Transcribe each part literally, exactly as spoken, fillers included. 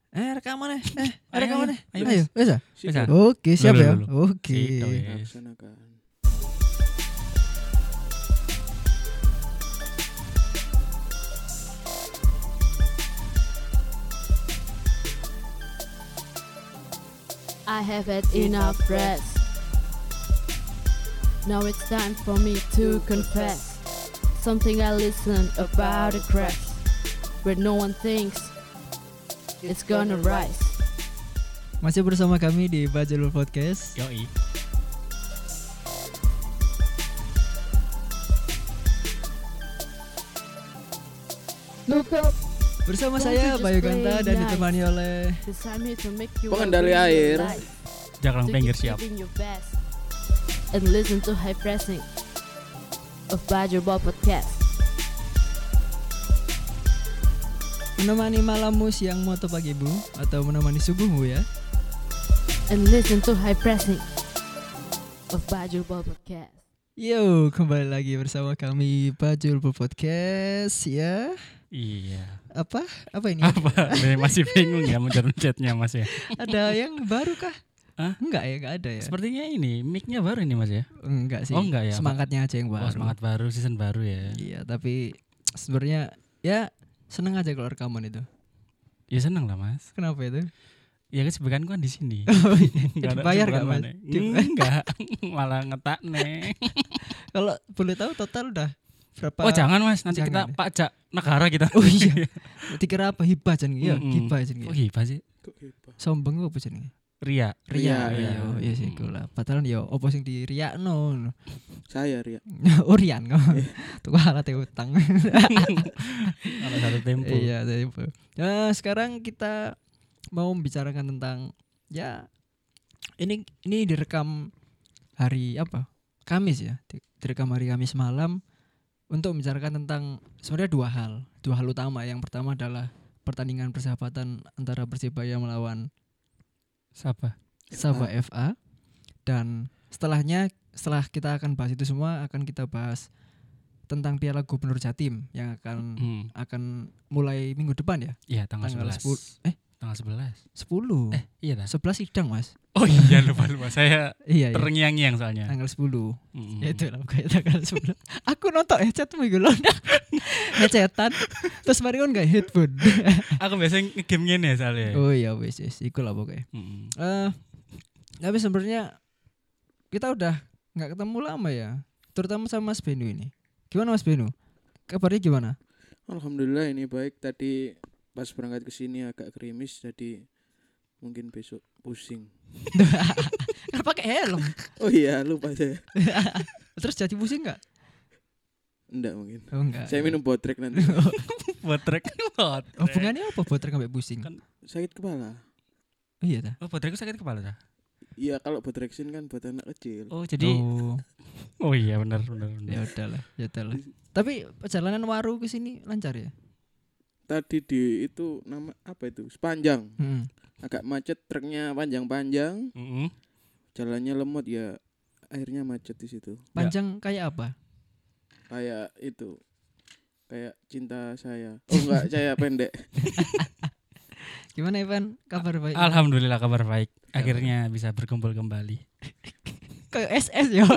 Eh rekaman eh. Eh Ayo, rekaman ayo, eh. ayo, Ayo, bisa? Bisa. Oke, siap Loh, ya. loh, loh. Oke. Gitu, ya. Laksanakan. I have had enough rest. Now it's time for me to confess something I listened about a crash where no one thinks it's gonna rise. Masih bersama kami di Bajul Podcast. Yoi. Look up, Bersama Don't saya you just Bayu play Ganta dan nice? ditemani oleh this I'm here to make you Pengendali a air. real life. Jangan To pinggir keep siap. giving your best and listen to high pressing of Bajul Podcast. menemani malammu siangmu atau pagimu atau menemani subuhmu ya. And listen to high pressing of Bajul Podcast. Yo, kembali lagi bersama kami Bajul Podcast ya. Iya. Apa? Apa ini? Apa? Masih bingung ya mencet-mencetnya Mas ya. Ada yang baru kah? Hah? Enggak ya, enggak ada ya. Sepertinya ini mic-nya baru ini Mas ya. Enggak sih. Oh, enggak ya, Semangatnya aja yang baru. Oh, semangat baru, season baru ya. Iya, tapi sebenarnya ya seneng aja kalau rekaman itu. Ya seneng lah Mas. Kenapa itu? Ya kesibukan kan di sini. Jadi bayar nggak, Mas? Enggak, malah ngetak nih. Kalau boleh tahu total udah berapa? Oh jangan Mas, nanti Jangan kita ya? pajak negara kita. Oh iya. Dikira apa hibah jan iya, Mm-mm. hibah jan Oh hibah sih. Kok hebat? Sombong apa jan? Ria. Ria, Ria, iya, iya. oh, iya sih kula. Padahal ya opo sing di riakno. Saya Ria. Oh Rian kok. Tuku alat utang. Kalau satu tempo. Iya, tempo. Nah, sekarang kita mau membicarakan tentang ya ini ini direkam hari apa? Kamis ya. Di- Direkam hari Kamis malam untuk membicarakan tentang sebenarnya dua hal. Dua hal utama. Yang pertama adalah pertandingan persahabatan antara Persibaya melawan Siapa? Sabah F A, dan setelahnya setelah kita akan bahas itu semua akan kita bahas tentang Piala Gubernur Jatim yang akan Hmm. akan mulai minggu depan ya. Iya tanggal, Tanggal sebelas. sepuluh. Eh, Tanggal sebelas. sepuluh. Eh iya dah. sebelas sidang, Mas. Oh iya lupa lupa. Saya Iya, iya. terngiang-ngiang soalnya. Tanggal sepuluh. Mm-mm. Ya itu lah pokoknya tanggal sepuluh. Aku nonton headset minggu lalu. Headsetan. Terus mari kan gak headphone. Aku biasanya nge-game ngene soalnya. Oh iya wis wis iku lah pokoknya. Mm-mm. Eh, tapi sebenarnya kita udah nggak ketemu lama ya, terutama sama Mas Benu ini. Gimana Mas Benu? Kabarnya gimana? Alhamdulillah ini baik. Tadi pas berangkat ke sini agak gerimis, jadi mungkin besok pusing. Kan pakai helm. Oh iya, lupa saya. Terus jadi pusing nggak? Enggak mungkin. Oh enggak. Saya minum botrek nanti. Botrek. Botrek. Hubungannya apa botrek sampai pusing? Kan- Sakit kepala. Oh, iya dah. Oh botrekku sakit kepala dah. Iya, kalau botreksin kan buat anak kecil. Oh jadi Oh, oh iya benar benar ya benar. udahlah, ya udahlah. Tapi perjalanan Waru ke sini lancar ya? Tadi di itu nama apa itu? Sepanjang. Hmm. Agak macet, truknya panjang-panjang, Mm-mm. jalannya lemot ya. Akhirnya macet di situ. Panjang kayak apa? Kayak itu. Kayak cinta saya. Oh enggak, saya pendek. Gimana Evan? Kabar baik? Alhamdulillah kabar baik. Akhirnya bisa berkumpul kembali. Kayak S S ya.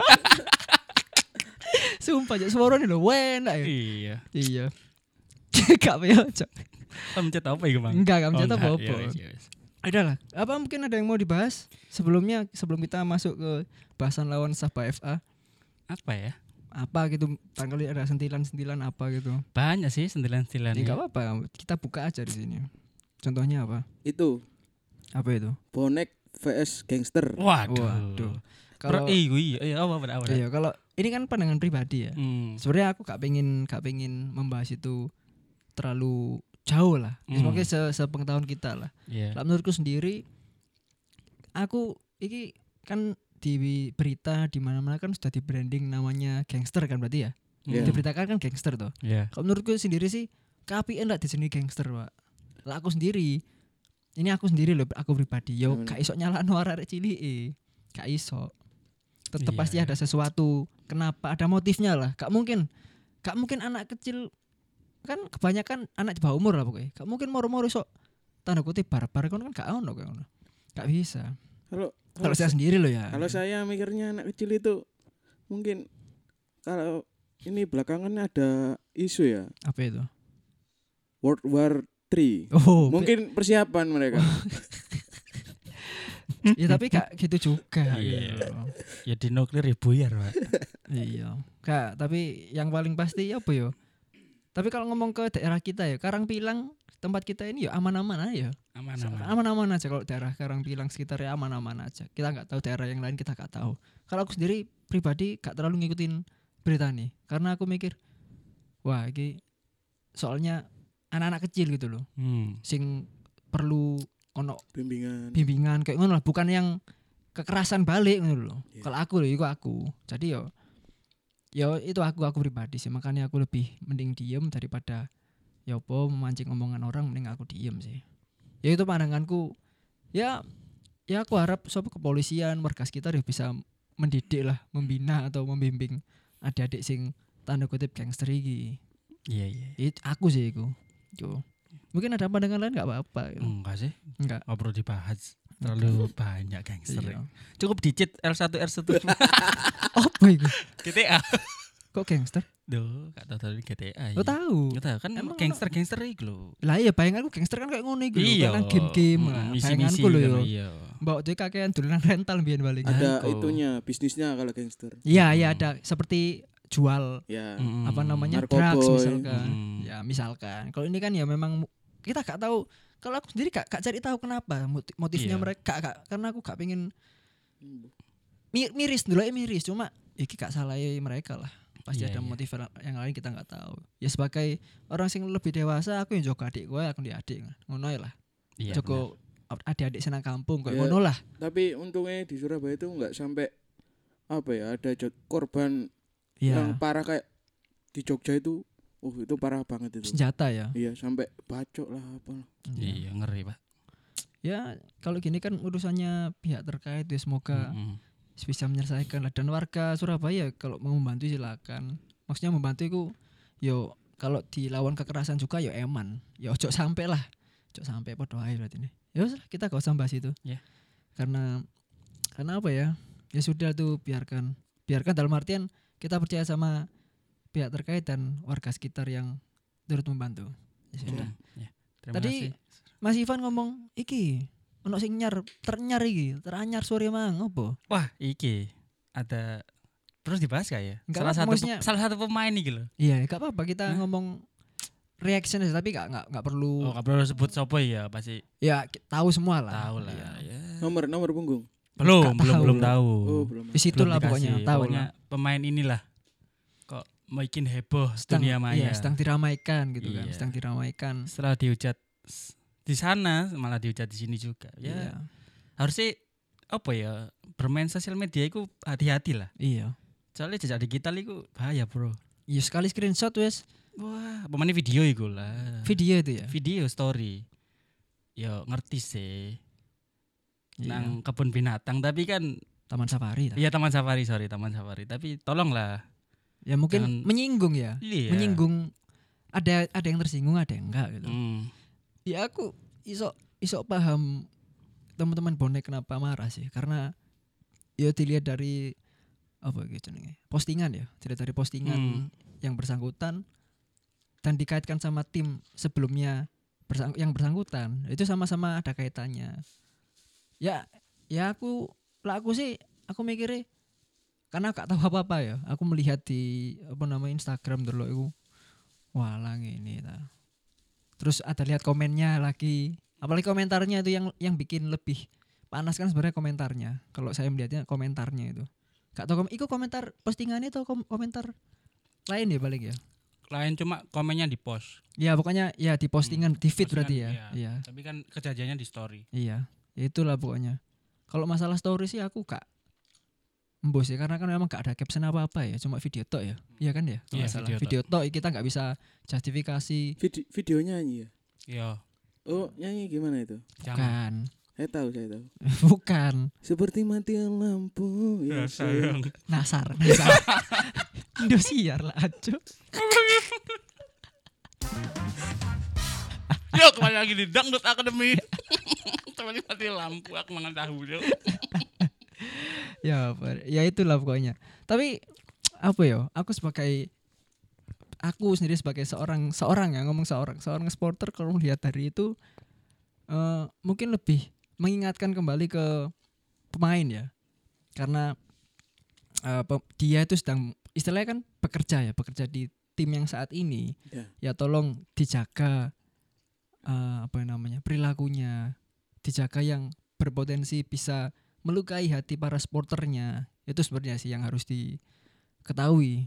Sumpah aja suara nih lho, enak ya. Iya. Iya. Gak apa Cok. Kamu mencet apa ya Bang? Enggak, kamu Oh, cerita enggak. apa-apa. Iya, wes, iya, wes. Udah lah. Apa mungkin ada yang mau dibahas sebelumnya sebelum kita masuk ke bahasan lawan Sabah F A? Apa ya? Apa gitu, barangkali ada sentilan-sentilan apa gitu. Banyak sih sentilan-sentilan. Ya enggak apa-apa, kita buka aja di sini. Contohnya apa? Itu Apa itu? bonek vs gangster. Waduh. Waduh. Kalau Kalau iya, iya apa apa. iya, kalau ini kan pandangan pribadi ya. Hmm. Sebenarnya aku gak pengen gak pengen membahas itu terlalu jauh lah. Hmm. Semoga se sepengetahuan kita lah. Iya. Lah menurutku sendiri aku iki kan di berita di mana-mana kan sudah di branding namanya gangster kan berarti ya. Iya. Diberitakan kan gangster toh. Iya. Kalau menurutku sendiri sih keapian lah disini gangster, Pak. Lah aku sendiri ini aku sendiri loh, aku pribadi yo Hmm. gak iso nyalakno arek cilike. Gak iso. Tetep Iya. pasti ada sesuatu. Kenapa? Ada motifnya lah. Gak mungkin. Gak mungkin anak kecil kan kebanyakan anak di bawah umur lah pokoknya. Gak mungkin moro-moro sok tanda kutip barbar kan kan gak ono kan. Gak bisa. Kalau Kalau saya sendiri loh ya. Kalau saya mikirnya anak kecil itu mungkin kalau ini belakangan ada isu ya Apa itu? World War tiga. Oh, Mungkin persiapan mereka. ya tapi gak gitu juga. Iya. gitu. Ya di nuklir ya buyar, Pak. Iya. Kak, tapi yang paling pasti apa yo? Tapi kalau ngomong ke daerah kita ya, Karangpilang tempat kita ini ya aman-aman aja. Aman-aman. Aman-aman aja kalau daerah Karangpilang sekitarnya aman-aman aja. Kita nggak tahu daerah yang lain kita nggak tahu. Kalau aku sendiri pribadi gak terlalu ngikutin berita nih, karena aku mikir, wah ini soalnya anak-anak kecil gitu loh, Hmm. sing perlu ono Bimbingan. bimbingan kayak ngono lah, bukan yang kekerasan balik ngono loh. Iya. Kalau aku loh, itu aku. Jadi yo, yo itu aku aku pribadi sih, makanya aku lebih mending diem daripada ya apa memancing omongan orang, mending aku diem sih. Ya itu pandanganku. Ya, ya aku harap soal kepolisian, warga sekitar ya bisa mendidik lah, membina atau membimbing adik-adik sing tanda kutip gangster iki. Iya, iya. Itu aku sih itu. Yo. Mungkin ada pandangan lain enggak apa-apa. Gitu. Enggak sih. Enggak. Enggak perlu dibahas. Terlalu banyak gangster. Iya. Cukup dicit L satu R satu. Apa itu? G T A. Kok gangster? Duh, gak tahu tadi G T A. Lo tahu? Gak tahu kan Emang gangster-gangster iki lho. Lah iya bayanganku gangster kan kayak ngono iki lho, Iya. kan game-game lah. Mm, misi-misi Bayanganku lho kan, yo. Iya. Mbak tuh kakean dolanan rental biyen balik. Ada Angko. itunya, bisnisnya kalau gangster. Iya, iya Hmm. ada seperti jual Ya. Mm. apa namanya Narkoboy. drugs misalkan. Hmm. Ya misalkan. Kalau ini kan ya memang mu- kita gak tahu. Kalau aku sendiri gak, gak cari tahu kenapa motif- motifnya Iya. mereka gak, gak, karena aku gak pengen mi- miris dulu ya miris cuma iki gak salah mereka lah. Pasti Iya, ada iya. motif yang lain kita nggak tahu. Ya sebagai orang sing lebih dewasa aku yang jaga adik gue, aku di adik ngono ae lah. Iya. Joko adik-adik senang kampung kayak Ya. ngono lah. Tapi untungnya di Surabaya itu enggak sampai apa ya, ada jod- korban Iya. yang parah kayak di Jogja itu. Oh, itu parah banget itu. Senjata ya. Iya, sampai bacok lah apa. Iya, ngeri, Pak. Ya kalau gini kan urusannya pihak terkait ya semoga Mm-mm. bisa menyelesaikan lah, dan warga Surabaya kalau mau membantu silakan. Maksudnya membantu itu yo kalau dilawan kekerasan juga yo eman. Ya ojo sampai lah. Ojo sampai podo ae berarti ini. Ya wis lah, kita gak usah bahas itu. Ya. Karena karena apa ya? Ya sudah tuh biarkan. Biarkan dalam artian kita percaya sama pihak terkait dan warga sekitar yang turut membantu. Ya sudah. Mm, ya. Terima Tadi kasih. Mas Ivan ngomong iki ono sing nyar ternyar iki, teranyar sore mang opo? Wah, iki ada terus dibahas gak ya? Enggak salah apa-apa, satu maksudnya- salah satu pemain iki lho. Iya, gak apa-apa kita Hah? ngomong reaction aja, tapi gak gak gak perlu. Oh, gak perlu sebut sopo ya, pasti Ya ki- tahu semua lah. tahu lah. Iya. Ya. Nomor nomor punggung. Belum, Gak belum tahu. belum tahu. Oh, belum. Di situ Belum lah dikasih. pokoknya tahu Pokoknya lah. pemain inilah kok bikin heboh Sedang, dunia maya. iya, sedang diramaikan gitu kan, Iya. sedang diramaikan. Setelah dihujat s- di sana malah dihujat di sini juga. Ya, Iya. harusnya apa ya? Bermain sosial media itu hati-hati lah. Iya. Soalnya jejak digital itu bahaya, Bro. Iya sekali screenshot wes Wah, pemainnya video itu lah. video itu ya. Video story. Ya ngerti sih. Iya. Nang kebun binatang tapi kan Taman safari. iya taman safari, sorry, taman safari. Tapi tolonglah. Ya mungkin Jangan- menyinggung ya. Iya. Menyinggung, ada ada yang tersinggung, ada yang enggak gitu. Hmm. Ya aku iso iso paham teman-teman bonek kenapa marah sih, karena ya dilihat dari apa gitu nih postingan ya, dilihat dari postingan Hmm. yang bersangkutan dan dikaitkan sama tim sebelumnya bersang- yang bersangkutan, itu sama-sama ada kaitannya. Ya ya aku lah aku sih aku mikirnya karena gak tahu apa-apa ya, aku melihat di apa namanya Instagram dulu itu walah ini ta. Terus ada lihat komennya lagi, apalagi komentarnya itu yang yang bikin lebih panas kan sebenarnya komentarnya. Kalau saya melihatnya komentarnya itu, gak tahu kom- itu komentar postingannya atau kom- komentar lain ya paling ya. Lain cuma komennya di post. Ya pokoknya ya di postingan di feed Postingan, berarti ya. iya. Iya. Tapi kan kejadiannya di story. Iya. Ya itulah pokoknya. Kalau masalah story sih aku gak embus ya, karena kan memang gak ada caption apa-apa ya, cuma video tok ya. Iya kan ya? Kalau Iya, nggak salah. video tok. Video tok kita nggak bisa justifikasi. Vidi- videonya nyanyi ya. Iya. Oh, nyanyi gimana itu? Jangan. Bukan. Saya tahu, saya tahu. Bukan. Seperti mati lampu Ya, ya, sayang. sayang. Nasar, nasar. Indosiar lah aja. Yo kembali lagi di Dangdut Academy. Kembali mati lampu aku mangan tahu yo. Ya, apa- ya itulah pokoknya. Tapi apa ya? Aku sebagai aku sendiri sebagai seorang seorang ya ngomong seorang seorang supporter kalau melihat dari itu eh, mungkin lebih mengingatkan kembali ke pemain ya. Karena eh, pe- dia itu sedang istilahnya kan bekerja ya, bekerja di tim yang saat ini. Ya. Ya tolong dijaga eh, apa namanya? perilakunya, dijaga yang berpotensi bisa melukai hati para supporternya. Itu sebenarnya sih yang harus diketahui.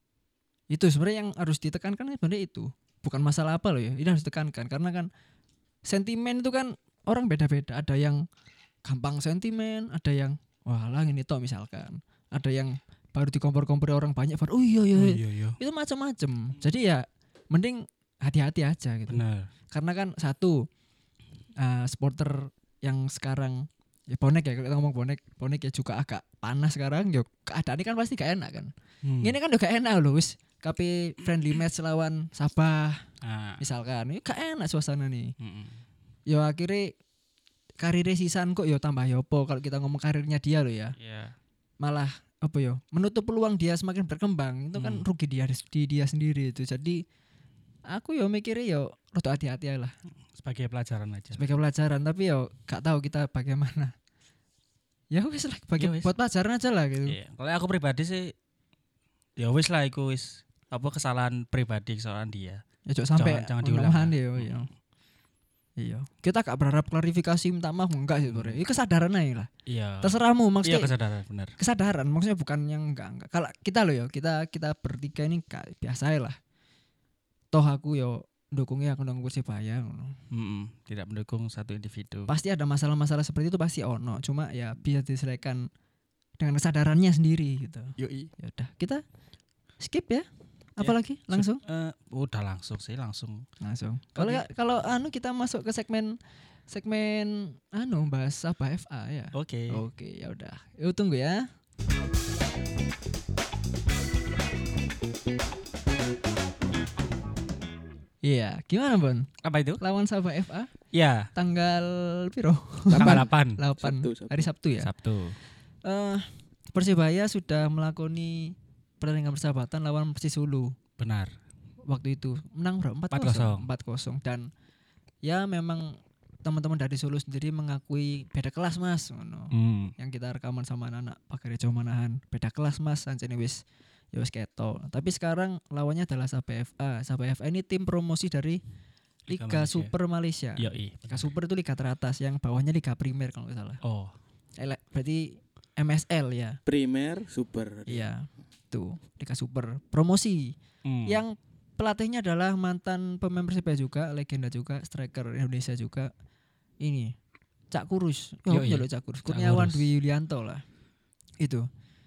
Itu sebenarnya yang harus ditekankan sebenarnya itu. Bukan masalah apa loh ya. Ini harus ditekankan karena kan sentimen itu kan orang beda-beda. Ada yang gampang sentimen, ada yang wah lah ini toh misalkan. Ada yang baru dikompor-kompor orang banyak baru oh iya iya. Oh iya iya. Itu macam-macam. Jadi ya mending hati-hati aja gitu. Benar. Karena kan satu uh, supporter yang sekarang ya bonek ya kalau kita ngomong bonek bonek ya juga agak panas sekarang yo keadaannya kan pasti gak enak kan. Hmm. Ini kan udah gak enak loh wis K P friendly match lawan Sabah Ah. misalkan. Ini gak enak suasana nih. Mm-mm. Yo akhirnya karirnya Sisan kok yo tambah yopo kalau kita ngomong karirnya dia loh ya. Iya. Malah apa yo menutup peluang dia semakin berkembang itu kan Hmm. rugi dia di dia sendiri itu. Jadi aku yo mikirnya yo rada hati-hati lah Sebagai pelajaran aja. sebagai pelajaran tapi yo gak tahu kita bagaimana. Ya wis lah bagi Ya wis. buat pelajaran aja lah gitu. Iya. Kalau aku pribadi sih ya wis lah iku wis apa kesalahan pribadi kesalahan dia. Ya cok sampai Jangan- jangan diulang omongan lah. ya, iya. Iya. Kita gak berharap klarifikasi minta maaf enggak sih sebenarnya. Itu kesadaran aja lah. Iya. Terserahmu Iya maksudnya. kesadaran benar. Kesadaran maksudnya bukan yang enggak enggak. Kalau kita loh ya, kita kita bertiga ini gak biasa aja lah. Toh aku yo dukungnya aku nang Persibaya ngono. Mm-mm. Tidak mendukung satu individu. Pasti ada masalah-masalah seperti itu pasti ono. Cuma ya bisa diselesaikan dengan kesadarannya sendiri gitu. Yoi. Ya udah, kita skip ya. Apalagi langsung Eh, udah langsung sih langsung. langsung. Kalau Oke. kalau anu kita masuk ke segmen segmen anu bahas apa F A ya. Oke. Oke, ya udah. Yuk tunggu ya. Iya, gimana Bon? Apa itu? Lawan Sabah F A Ya, tanggal piro? tanggal delapan delapan Sabtu, Sabtu. hari Sabtu ya. Sabtu. Eh Persibaya sudah melakoni pertandingan persahabatan lawan Persisulu Benar. waktu itu. Menang berapa? empat kosong. empat kosong dan ya memang teman-teman dari Solo sendiri mengakui beda kelas Mas ngono. Hmm. Yang kita rekaman sama anak-anak Pak Rejo Manahan, beda kelas Mas anjene wis ya wis ketok. Tapi sekarang lawannya adalah Sabah F A. Sabah F A ini tim promosi dari Liga Liga Malaysia. Super Malaysia. Yoi. Liga Super itu liga teratas, yang bawahnya Liga Primer kalau nggak salah. Oh. Ele- berarti M S L ya. Primer super. Iya. Tuh, Liga Super promosi. Hmm. Yang pelatihnya adalah mantan pemain Persibaya juga, legenda juga, striker Indonesia juga. Ini Cak Kurus. Oh, Yoi. iya loh Cak Kurus. Cak Kurniawan Kurus. Dwi Yulianto lah. Itu.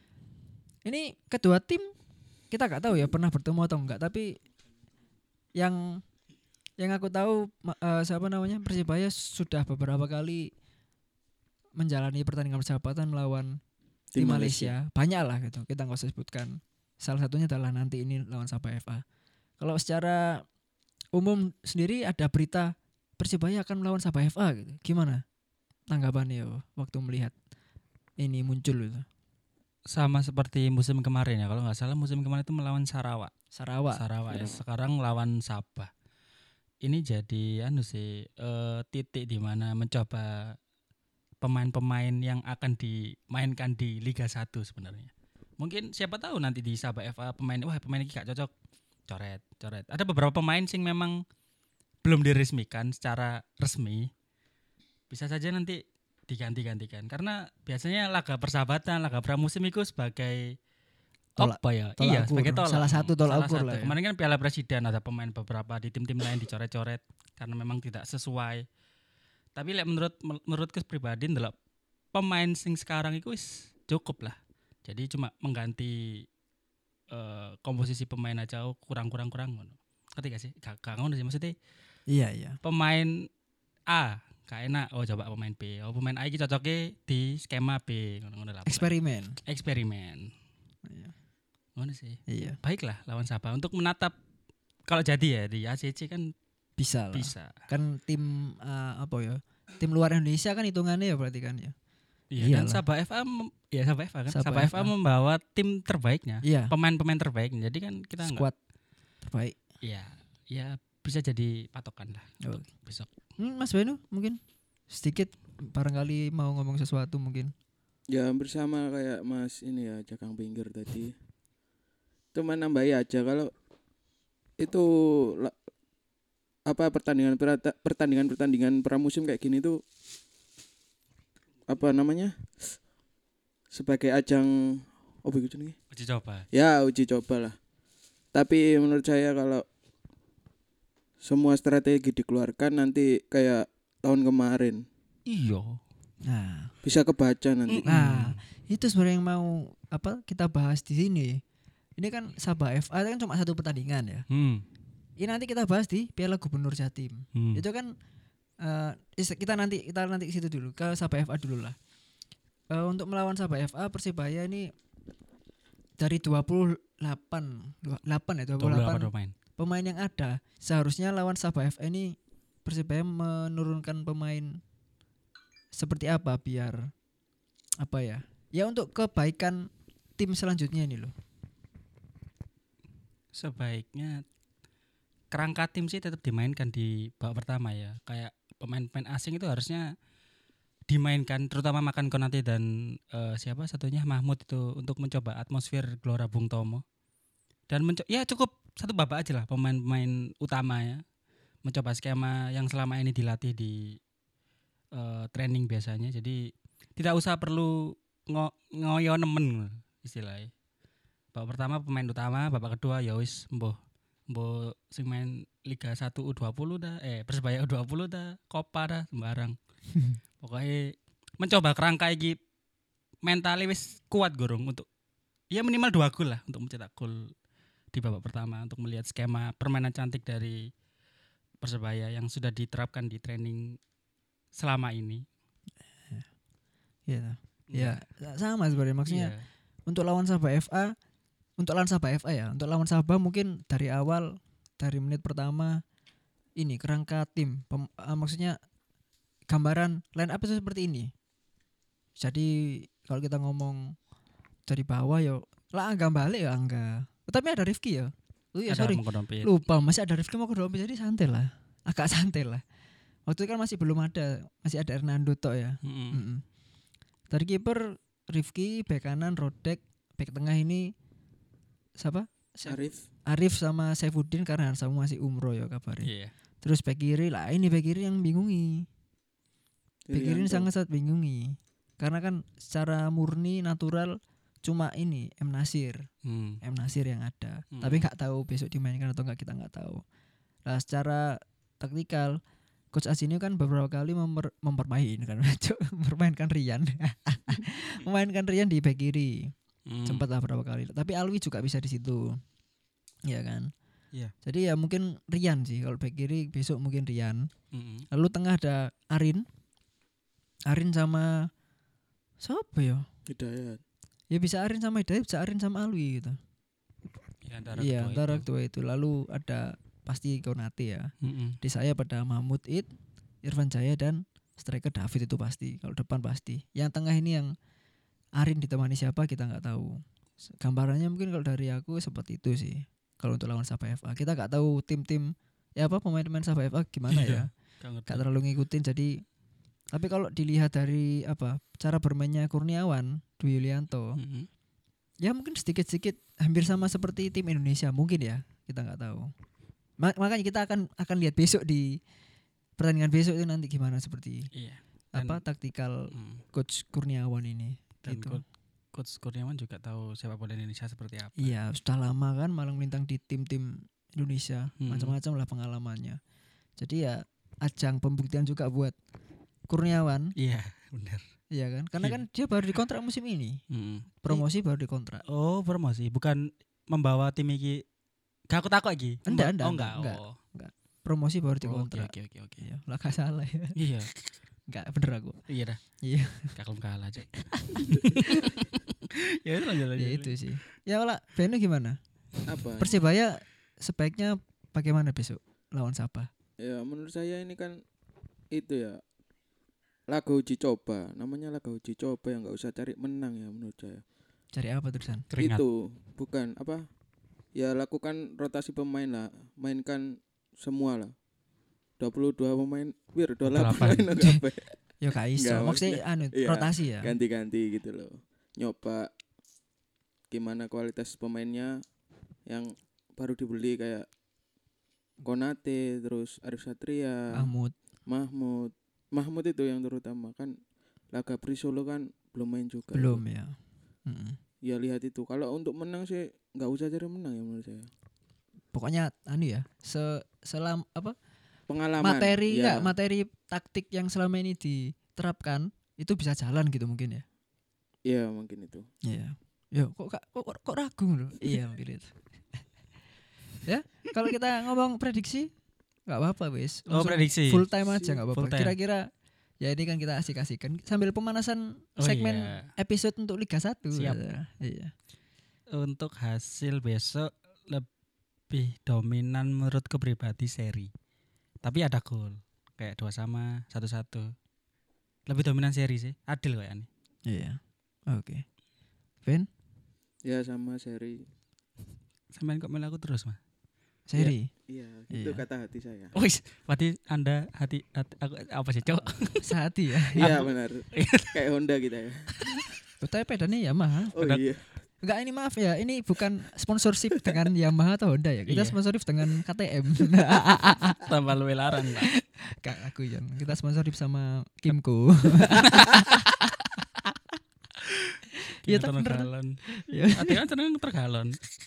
Ini kedua tim kita nggak tahu ya pernah bertemu atau enggak, tapi yang yang aku tahu ma- eh, siapa namanya Persibaya sudah beberapa kali menjalani pertandingan persahabatan melawan Tim tim Malaysia. Banyak lah gitu. Kita nggak usah sebutkan. Salah satunya adalah nanti ini lawan Sabah F A. Kalau secara umum sendiri ada berita Persibaya akan melawan Sabah F A gitu. Gimana tanggapannya yo, waktu melihat ini muncul itu? Sama seperti musim kemarin ya. Kalau nggak salah musim kemarin itu melawan Sarawak. Sarawak. Sarawak ya. Sarawak. Sekarang lawan Sabah. Ini jadi anu sih eh, titik di mana mencoba pemain-pemain yang akan dimainkan di Liga satu sebenarnya. Mungkin siapa tahu nanti di Sabah F A pemain wah pemain ini gak cocok. Coret, coret. Ada beberapa pemain sing memang belum diresmikan secara resmi. Bisa saja nanti diganti-gantikan karena biasanya laga persahabatan, laga pramusim itu sebagai Tolak- apa ya? tolak Iya, ukur. sebagai tolak. Salah satu tolak Salah ukur satu. lah ya. Kemarin kan Piala Presiden ada pemain beberapa di tim-tim lain dicoret-coret karena memang tidak sesuai. Tapi lek menurut menurutku pribadi ndelok pemain sing sekarang itu wis cukup lah. Jadi cuma mengganti eh, komposisi pemain aja oh, kurang-kurang kurang ngono. Ngerti gak sih? Gak gak ngono sih maksudnya Iya iya. pemain A gak enak oh coba pemain B. Oh pemain A iki cocoknya di skema B ngono-ngono lah. Eksperimen. Eksperimen. Iya. Ngono sih. Iya. Baiklah lawan Sabah untuk menatap kalau jadi ya di A C C kan bisa lah. bisa. Kan tim uh, apa ya? Tim luar Indonesia kan hitungannya ya berarti kan ya. Iya, dan Iyalah. Sabah F A mem- ya Sabah F A kan. Sabah Sabah F A F A. membawa tim terbaiknya, Iya, pemain-pemain terbaiknya. Jadi kan kita enggak squad terbaik. ya ya bisa jadi patokan lah untuk Oke. besok. Hmm, Mas Benu mungkin sedikit barangkali mau ngomong sesuatu mungkin. Ya hampir sama kayak Mas ini ya Jakang Pinggir tadi. Cuma nambahi aja kalau itu la- apa pertandingan perata- pertandingan pertandingan pramusim kayak gini tuh apa namanya? Sebagai ajang oh begitu nih. Uji coba. Ya uji coba lah. Tapi menurut saya kalau semua strategi dikeluarkan nanti kayak tahun kemarin Iya. Nah, bisa kebaca nanti. nah itu sebenarnya yang mau apa kita bahas di sini. Ini kan Sabah F A kan cuma satu pertandingan ya. Hmm. Ini nanti kita bahas di Piala Gubernur Jatim. Hmm. Itu kan eh, is- kita nanti kita nanti ke situ dulu ke Sabah F A dulu lah. Eh, untuk melawan Sabah F A Persibaya ini dari dua puluh delapan delapan ya dua puluh delapan pemain. pemain yang ada seharusnya lawan Sabah F A ini Persibaya menurunkan pemain seperti apa biar apa ya? Ya untuk kebaikan tim selanjutnya ini loh. Sebaiknya kerangka tim sih tetap dimainkan di babak pertama ya. Kayak pemain-pemain asing itu harusnya dimainkan, terutama Makan Konate dan eh, siapa satunya Mahmud itu untuk mencoba atmosfer Gelora Bung Tomo. Dan menco- ya cukup satu babak aja lah pemain-pemain utamanya mencoba skema yang selama ini dilatih di eh, training biasanya. Jadi tidak usah perlu ngo- ngoyo nemen istilahnya. Babak pertama pemain utama, babak kedua ya wis mboh mboh sing main Liga satu U dua puluh dah, eh Persebaya U dua puluh dah, Copa dah sembarang. Pokoknya mencoba kerangka iki mentalnya wis kuat gorong untuk ya minimal dua gol lah untuk mencetak gol di babak pertama untuk melihat skema permainan cantik dari Persebaya yang sudah diterapkan di training selama ini. Ya, ya sama sebenarnya maksudnya Iya. untuk lawan Sabah F A, untuk lawan Sabah F A ya, untuk lawan Sabah mungkin dari awal dari menit pertama ini kerangka tim, pem, uh, maksudnya gambaran line up itu seperti ini. Jadi kalau kita ngomong dari bawah ya lah enggak balik ya enggak. Tapi ada Rifki ya. Oh iya Ada sorry Mengkodompit. lupa masih ada Rifki mau ke jadi santai lah, agak santai lah. Waktu itu kan masih belum ada, masih ada Hernando tok ya. Mm-mm. Mm-mm. Dari kiper Rifki, bek kanan Rodek, bek tengah ini siapa? Arif Arif sama Saifuddin karena sama masih umroh ya kabarnya. Iya. Terus bek kiri lah ini bek kiri yang bingungi. Bek kiri ini Irianto. sangat sangat bingungi. Karena kan secara murni natural cuma ini M Nasir, Hmm. M Nasir yang ada. Hmm. Tapi nggak tahu besok dimainkan atau enggak kita nggak tahu. Nah secara taktikal Coach Asini kan beberapa kali memper, mempermainkan mempermainkan Rian. Memainkan Rian di bek kiri. Hmm. Sempat lah beberapa kali. Tapi Alwi juga bisa di situ. Iya kan? Iya. Jadi ya mungkin Rian sih kalau bek kiri besok mungkin Rian. Mm-mm. Lalu tengah ada Arin. Arin sama siapa ya? Hidayat. Ya bisa Arin sama Hidayat, bisa Arin sama Alwi gitu. Ya, antara Iya, kedua antara itu. kedua itu. Lalu ada pasti Konate ya. Mm-mm. Di saya pada Mahmud Id, Irfan Jaya dan striker David itu pasti. Kalau depan pasti. Yang tengah ini yang Arin ditemani siapa kita nggak tahu. Gambarannya mungkin kalau dari aku seperti itu sih. Kalau untuk lawan Sabah F A kita nggak tahu tim-tim ya apa pemain-pemain Sabah F A gimana ya. Gak ngerti. Gak terlalu ngikutin jadi. Tapi kalau dilihat dari apa cara bermainnya Kurniawan, Dwi Yulianto, Mm-mm. ya mungkin sedikit-sedikit hampir sama seperti tim Indonesia mungkin ya. Kita nggak tahu. Ma- makanya kita akan akan lihat besok di pertandingan besok itu nanti gimana seperti Iya. Dan- apa taktikal Mm. coach Kurniawan ini Dan gitu. coach, coach Kurniawan juga tahu sepak bola Indonesia seperti apa. Iya, sudah lama kan malang melintang di tim-tim Indonesia, Hmm. macam-macam lah pengalamannya. Jadi ya ajang pembuktian juga buat Kurniawan, Iya, benar. iya kan? Karena Iya. kan dia baru dikontrak musim ini. Mm-mm. Promosi baru dikontrak. Oh, promosi, bukan membawa tim iki. Gak aku takut lagi. Enggak, Memba- enggak, oh, enggak. enggak, Oh. Promosi baru Oke, dikontrak. oke, oke, oke. Iya, lah gak salah ya. Iya, Enggak bener aku. iya dah. Iya. Kaklem kalah aja. Ya itu lanjut lanjut. Ya itu sih. Ya lah, Beno gimana? Apa? Persibaya sebaiknya bagaimana besok lawan Sabah? Ya menurut saya ini kan itu ya laga uji coba, namanya laga uji coba yang nggak usah cari menang ya menurut saya. Cari apa terusan? Keringat. Itu bukan apa? Ya lakukan rotasi pemain lah, mainkan semua lah. dua puluh dua pemain, biar dua puluh delapan pemain enggak Ya gak iso. Nggak, Maksudnya anu iya, rotasi ya. ganti-ganti gitu loh. Nyoba gimana kualitas pemainnya yang baru dibeli kayak Konate, terus Arif Satria, Mahmud. Mahmud. Mahmud itu yang terutama kan laga Prisolo kan belum main juga. Belum ya. Mm-mm. Ya lihat itu. Kalau untuk menang sih nggak usah cari menang ya menurut saya. Pokoknya anu ya, se selam apa? Pengalaman. Materi ya. enggak, materi taktik yang selama ini diterapkan itu bisa jalan gitu mungkin ya. Iya mungkin itu. Iya. Ya kok kok kok, kok ragu loh. Iya mungkin itu. Ya, kalau kita ngomong prediksi enggak apa-apa wis. Oh, Langsung prediksi. full time aja enggak Full apa-apa. time. Kira-kira ya ini kan kita asik-asikan sambil pemanasan Oh, segmen iya. episode untuk Liga satu. Siap. Iya. Untuk hasil besok lebih dominan menurutku pribadi seri. Tapi ada gol. Kayak dua sama, satu satu. Lebih dominan seri sih. Adil kayaknya. Iya. Oke. Vin, Ya sama seri. Sampean kok melu aku terus, Mas. seri. Iya, itu Iya. kata hati saya. Wis, berarti Anda hati, hati aku apa sih, Cok? Sehati ya. Iya benar. Kayak Honda kita ya. Tapi pedanya Yamaha. Oh Benar. iya. Enggak, ini maaf ya, ini bukan sponsorship dengan Yamaha atau Honda ya. Kita Iya. sponsorship dengan K T M. Tambah luwe larang, Pak. Kak aku ya. Kita sponsorship sama Kimco. Iya, Kita tak bener. tergalon. Ya, Hati kan seneng tergalon.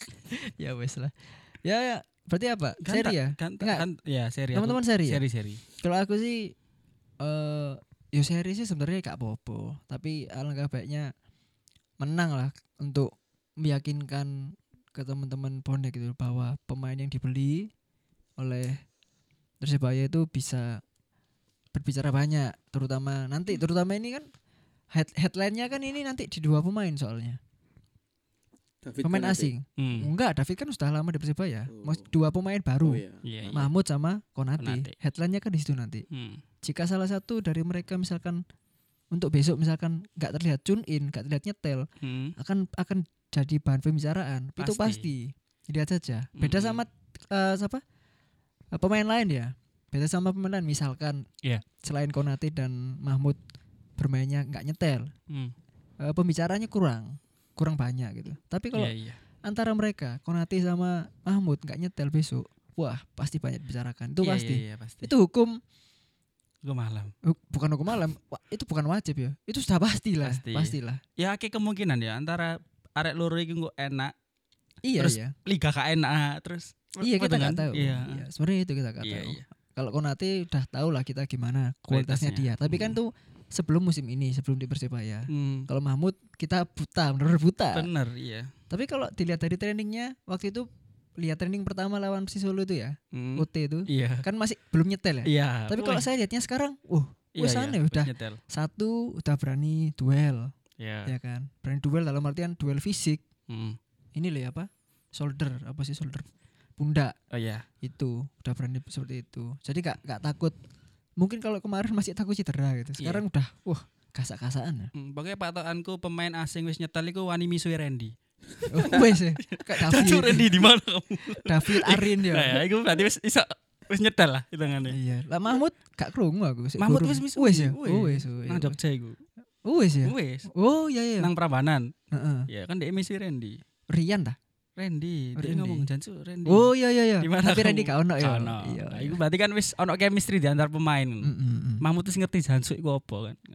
ya wes lah. Ya, ya, berarti apa? Kan Seri tak- ya? Kan, Enggak. kan ya seri. aku- Teman-teman seri ya? Seri-seri. Kalau aku sih eh ya seri sih sebenarnya gak apa-apa, tapi alangkah baiknya menang lah untuk meyakinkan ke teman-teman bonek gitu bahwa pemain yang dibeli oleh Persebaya itu bisa berbicara banyak, terutama nanti terutama ini kan head headline-nya kan ini nanti di dua pemain soalnya. David Pemain Konate. asing. Hmm. Enggak, David kan sudah lama di Persebaya. Oh. Mas- Dua pemain Oh baru. iya. Iya, iya. Mahmud sama Konate. Konate. Headline-nya kan di situ nanti. Hmm. Jika salah satu dari mereka misalkan untuk besok misalkan nggak terlihat tune in, nggak terlihat nyetel, Hmm. akan akan jadi bahan pembicaraan. Itu Pasti. pasti. Lihat saja. Beda Mm-mm. sama eh, siapa? Eh, pemain lain ya. Beda sama pemain lain misalkan Iya. selain Konate dan Mahmud bermainnya nggak nyetel, Hmm. eh, pembicaranya kurang, kurang banyak gitu. Tapi kalau Iya, iya. antara mereka Konate sama Mahmud nggak nyetel besok, wah pasti banyak dibicarakan. Itu Iya, pasti. Iya, iya, pasti. Itu hukum. Gue malam. Uh, bukan hukum malam, Wah, itu bukan wajib ya. Itu sudah pastilah, Pasti. pastilah. Ya akeh kemungkinan ya antara arek loro iki kok enak, Iya, Terus iya. liga gak enak, terus Iya, kita dengan- nggak tahu. Iya. Iya, sebenarnya itu kita nggak Iya, tahu. iya. Kalau Konate udah tahu lah kita gimana kualitasnya Kualitasnya. dia. Tapi kan Hmm. tuh sebelum musim ini, sebelum di Persebaya. Hmm. Kalau Mahmud kita buta, bener buta. Bener, iya. Tapi kalau dilihat dari trainingnya waktu itu, lihat training pertama lawan Persis Solo itu ya, Hmm. O T itu, Iya. kan masih belum nyetel ya. Iya. Tapi kalau Wih, saya lihatnya sekarang, wah, iya, wes iya, aneh, udah nyetel. satu udah berani duel, Iya. ya kan? Berani duel dalam artian duel fisik. Hmm. Ini loh ya apa? Shoulder, apa sih shoulder? Pundak Oh iya. itu udah berani seperti itu. Jadi gak gak takut. Mungkin kalau kemarin masih takut cedera gitu. Sekarang udah wah kasak-kasakan ya. Hmm, pokoknya patokanku pemain asing wis nyetel iku wani misui Randy. Oh, wes ya. Kayak Cancuk David, Randy di mana kamu? David Arin ya. Nah, ya, iku berarti wis iso wis nyetel lah hitungane. Iya. Lah Mahmud gak krungu aku. sik Mahmud gurung. wis misui. Wes ya. Wis. Oh wes. oh, Nang iya. Jogja iku. Oh wes ya. Wis. Oh iya iya. Nang Prambanan. Heeh. Ya kan dia misui Randy. Rian dah. Randy, Oh, dia Randy. ngomong jancu Randy. Oh iya iya iya. Di mana Tapi kamu? Randy gak ono ya. Gak ono. Iya. Nah, iya. iku berarti kan wis ono chemistry di antar pemain. Mm, mm, mm. Mahmud wis ngerti jancu iku apa kan.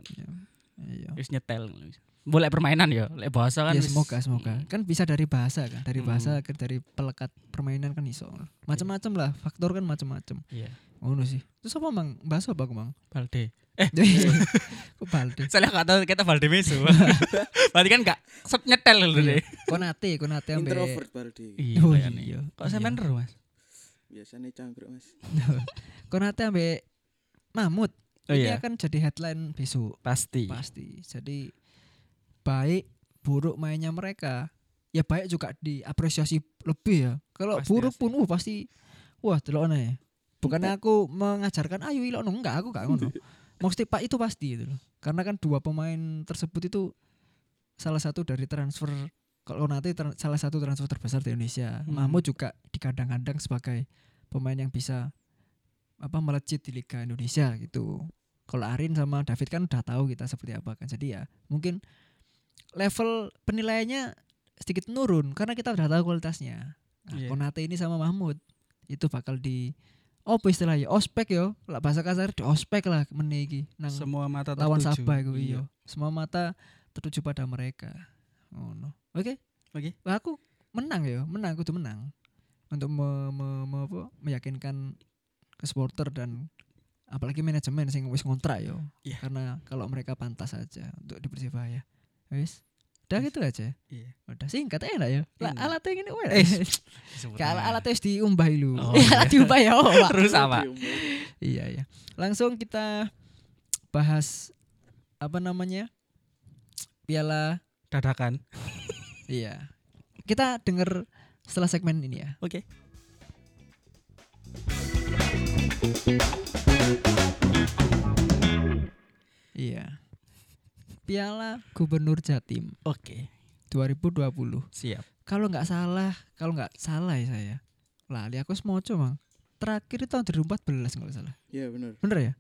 Iya. Wis nyetel. Boleh permainan ya, lek bahasa kan Ya wis- semoga semoga. Kan bisa dari bahasa kan, dari Hmm. bahasa ke dari pelekat permainan kan iso. Macam-macam lah, faktor kan macam-macam. Iya. Ngono sih. Terus apa Mang? Bahas apa aku Mang? Balde. Kok Balde? Soalnya gak tahu kita Balde mesu. Berarti kan gak set nyetel lho deh. Konate, Konate ambek Introvert Balde. Iya, Oh, kayaknya. iya. Kok sampean Iya. ero, Mas? Biasanya cangkruk Mas. Konate ambek Mahmud. Oh Ini iya, akan jadi headline besok pasti. pasti. Jadi baik buruk mainnya mereka, ya baik juga diapresiasi lebih ya. Kalau Pasti, buruk pasti. pun uh pasti wah delokne. Bukannya aku mengajarkan ayo ilokno, enggak, aku enggak ngono. Maksudnya Pak itu pasti gitu loh. Karena kan dua pemain tersebut itu salah satu dari transfer, kalau nanti ter, salah satu transfer terbesar di Indonesia. Hmm. Mahmud juga dikadang-kadang sebagai pemain yang bisa apa melejit di Liga Indonesia gitu. Kalau Arin sama David kan udah tahu kita seperti apa kan. Jadi ya mungkin level penilaiannya sedikit menurun karena kita udah tahu kualitasnya. Nah, Iya. Konate ini sama Mahmud itu bakal di apa istilahnya ospek yo, lah bahasa kasar di ospek lah meniki nang Semua mata lawan tertuju. Sabah iku iya. Semua mata tertuju pada mereka. Ngono. Oke. Oke. Lah aku menang ya, menang kudu menang. Untuk me, me, me, apa, meyakinkan ke supporter dan apalagi manajemen sing wis ngontrak yo. Iya. Karena kalau mereka pantas saja untuk di Persibaya. Wis. Udah gitu aja. Iya. Udah singkat enak ya. Lah Enak. alatnya gini wae. Eh, Kalau alatnya wis diumbah lu. Oh, Eh, iya. alat diumbah ya. oh, Pak. Terus apa? Iya ya. Langsung kita bahas apa namanya? Piala. Dadakan. Iya. Kita denger setelah segmen ini ya. Oke. Iya. Piala Gubernur Jatim Oke. dua ribu dua puluh. Siap. Kalau nggak salah, kalau nggak salah ya saya. Lali aku mau coba. Terakhir itu tahun dua ribu empat belas kalau nggak salah. Iya benar. Bener ya?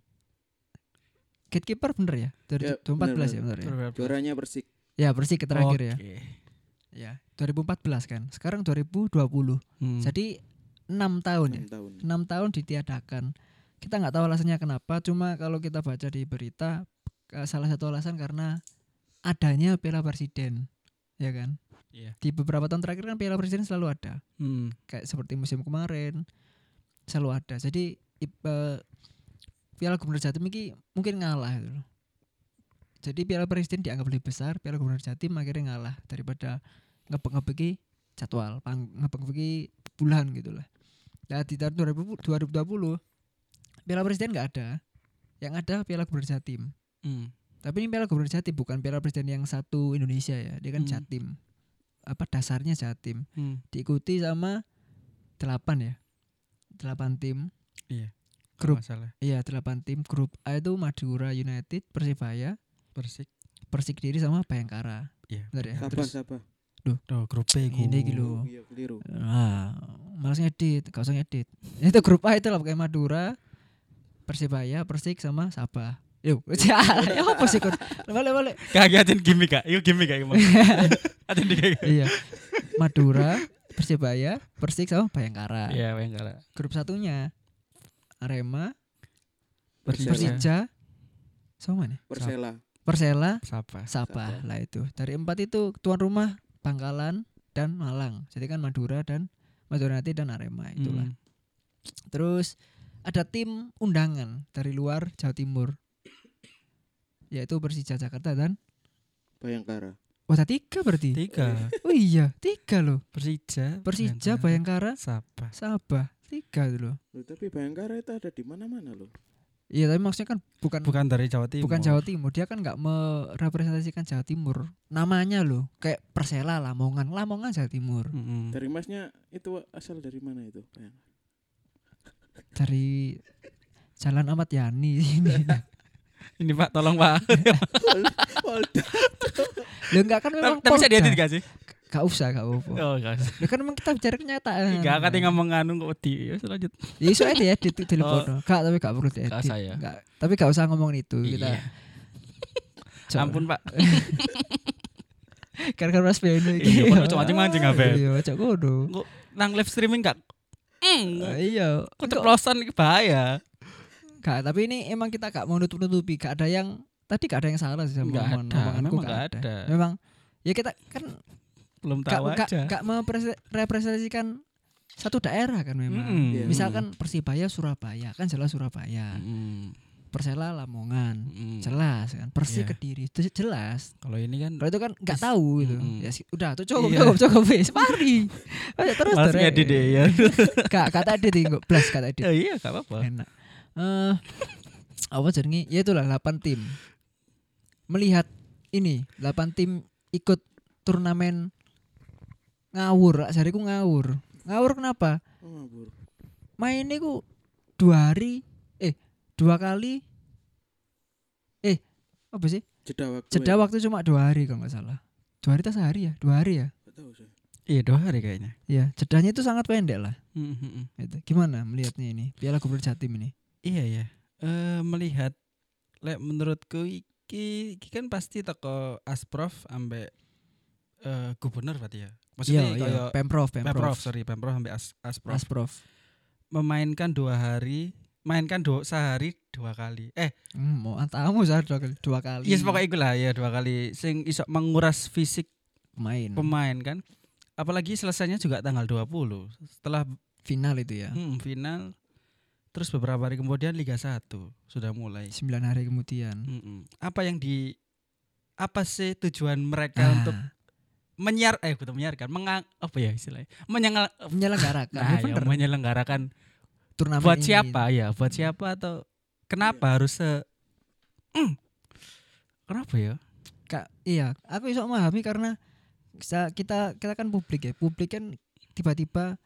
Gatekeeper bener ya? dua ribu empat belas ya, bener ya? Juaranya Persik. Ya, Persik terakhir ya. Oke. Ya, dua ribu empat belas kan. Sekarang dua ribu dua puluh. Hmm. Jadi enam tahun ya. enam tahun. enam tahun ditiadakan. Kita nggak tahu alasannya kenapa, cuma kalau kita baca di berita eh, salah satu alasan karena adanya Piala Presiden, ya kan? Iya. Di beberapa tahun terakhir kan Piala Presiden selalu ada, Hmm. kayak seperti musim kemarin selalu ada. Jadi ip- eh, Piala Gubernur Jatim ini mungkin ngalah gitu loh. Jadi Piala Presiden dianggap lebih besar, Piala Gubernur Jatim akhirnya ngalah daripada ngebek-ngebeki jadwal, pang- ngebek-ngebeki bulan gitu lah. Nah di tahun dua ribu dua puluh Piala Presiden nggak ada, yang ada Piala Gubernur Jatim. Hmm. Tapi ini Piala Gubernur Jatim bukan Piala Presiden yang satu Indonesia ya, dia kan Hmm. Jatim. Apa dasarnya Jatim? Hmm. Diikuti sama delapan ya, delapan tim. Iya. Grup. Masalah. Iya delapan tim. Grup A itu Madura United, Persibaya, Persik. Persik Kediri sama Bayangkara. Iya. Benar ya. Siapa Terus siapa? Tuh grup B ku. ini gitu. Oh, iya keliru. Ah, malas ngedit, gak usah ngedit. Itu grup A itu lah kayak Madura, Persibaya, Persik sama Sabah. Yuk, ya apa sih kon? Boleh boleh. Kagetin gimmick Kak. Iku gimmick Kak. Atin dikek. Iya. Madura, Persibaya, Persik sama Bayangkara. Iya, Bayangkara. Grup satunya Arema, Persela. Persija, sama nih. Persela. Persela, Siapa? Sabah Sabah. lah itu. Dari empat itu tuan rumah Bangkalan dan Malang. Jadi kan Madura dan Madura United dan Arema itulah. Hmm. Terus ada tim undangan dari luar Jawa Timur, yaitu Persija Jakarta dan Bayangkara. wah ada tiga berarti. Tiga. Oh iya tiga loh. Persija. Persija, Bayangkara, Sabah. Sabah tiga tuh loh. Loh, tapi Bayangkara itu ada di mana-mana loh. Iya tapi maksudnya kan bukan bukan, Bukan dari Jawa Timur. Jawa Timur. Dia kan nggak merepresentasikan Jawa Timur. Namanya loh kayak Persela Lamongan, Lamongan Jawa Timur. Mm-mm. Dari masnya itu asal dari mana itu? Bayangkara. Dari Jalan Ahmad Yani sini. Ini Pak, tolong Pak. Polda. Loh enggak kan memang Tapi bisa Polda. diedit gak sih? Gak usah, gak apa-apa. Oh, enggak. Loh kan memang kita bicara kenyataan. Enggak kate ngomong anu kok di. Ya lanjut. Ya iso aja edit di telepon. Gak, tapi gak perlu diedit. Gak usah ya. Gak, tapi gak usah ngomongin itu kita. Iya. Coba. Ampun Pak. Karena Mas Beno iki. Iya, kan ojo mancing-mancing H P. Iya, ojo kudu. Kok nang live streaming gak? Mm. Iya. Keceplosan iki bahaya. Gak, tapi ini emang kita gak mau nutup-nutupi. Gak ada yang tadi gak ada yang salah sih sama Nggak omongan- ada, omonganku, memang nggak ada. Memang ya kita kan Belum gak, tahu gak, aja. gak merepresentasikan satu daerah kan memang. Mm-mm. Iya. Misalkan Persibaya Surabaya kan jelas Surabaya. Mm-mm. Persela Lamongan Mm-mm. jelas kan. Persik Iya. Kediri itu jelas. Kalau ini kan Kalau itu kan nggak tahu gitu. Mm-mm. Ya sih, udah tuh cukup Iya. cukup cukup wis mari. Ayo terus Mas terus. ngedit deh ya. Kak kata edit enggak plus kata edit. Ya iya gak apa-apa. Enak. Eh apa jenenge? Ya itulah delapan tim. Melihat ini delapan tim ikut turnamen ngawur, lah jariku ngawur. Ngawur kenapa? Oh, ngabur. Main niku dua hari eh dua kali eh apa sih? Jeda waktu. Jeda ya? waktu cuma dua hari kalau nggak salah. Dua hari atau sehari ya? Dua hari ya? Nggak tahu saya. Iya dua hari kayaknya. Iya, jedanya itu sangat pendek lah. Hmm, hmm, hmm. Gitu. Gimana melihatnya ini? Piala Gubernur Jatim ini. Iya ya. Eh melihat, lek menurutku iki, iki kan pasti toko Asprof ambek eh, gubernur berarti ya. Maksudnya Iya, iya. kayak Pemprov, Pemprov. Pemprov, sorry Pemprov ambek As, Asprof. Asprof. Memainkan dua hari, mainkan dua sehari dua kali. Eh, Hmm, mau antamu saya dua kali. Dua kali. yes pokoknya iku lah ya dua kali. Sing iso menguras fisik Pemain. pemain kan. Apalagi selesainya juga tanggal dua puluh. Setelah Final itu ya. hmm, final. Terus beberapa hari kemudian Liga satu sudah mulai. Sembilan hari kemudian. Mm-mm. Apa yang di apa sih tujuan mereka Ah, untuk menyiar eh bukan menyiarkan mengang apa ya istilahnya menyengal menyelenggarakan. nah, Ya, ya, bener. menyelenggarakan Turnamen buat ini. siapa ya buat siapa atau kenapa harus se Mm. kenapa ya Kak, iya, aku iso memahami karena sa- kita kita kan publik ya. Publik kan tiba-tiba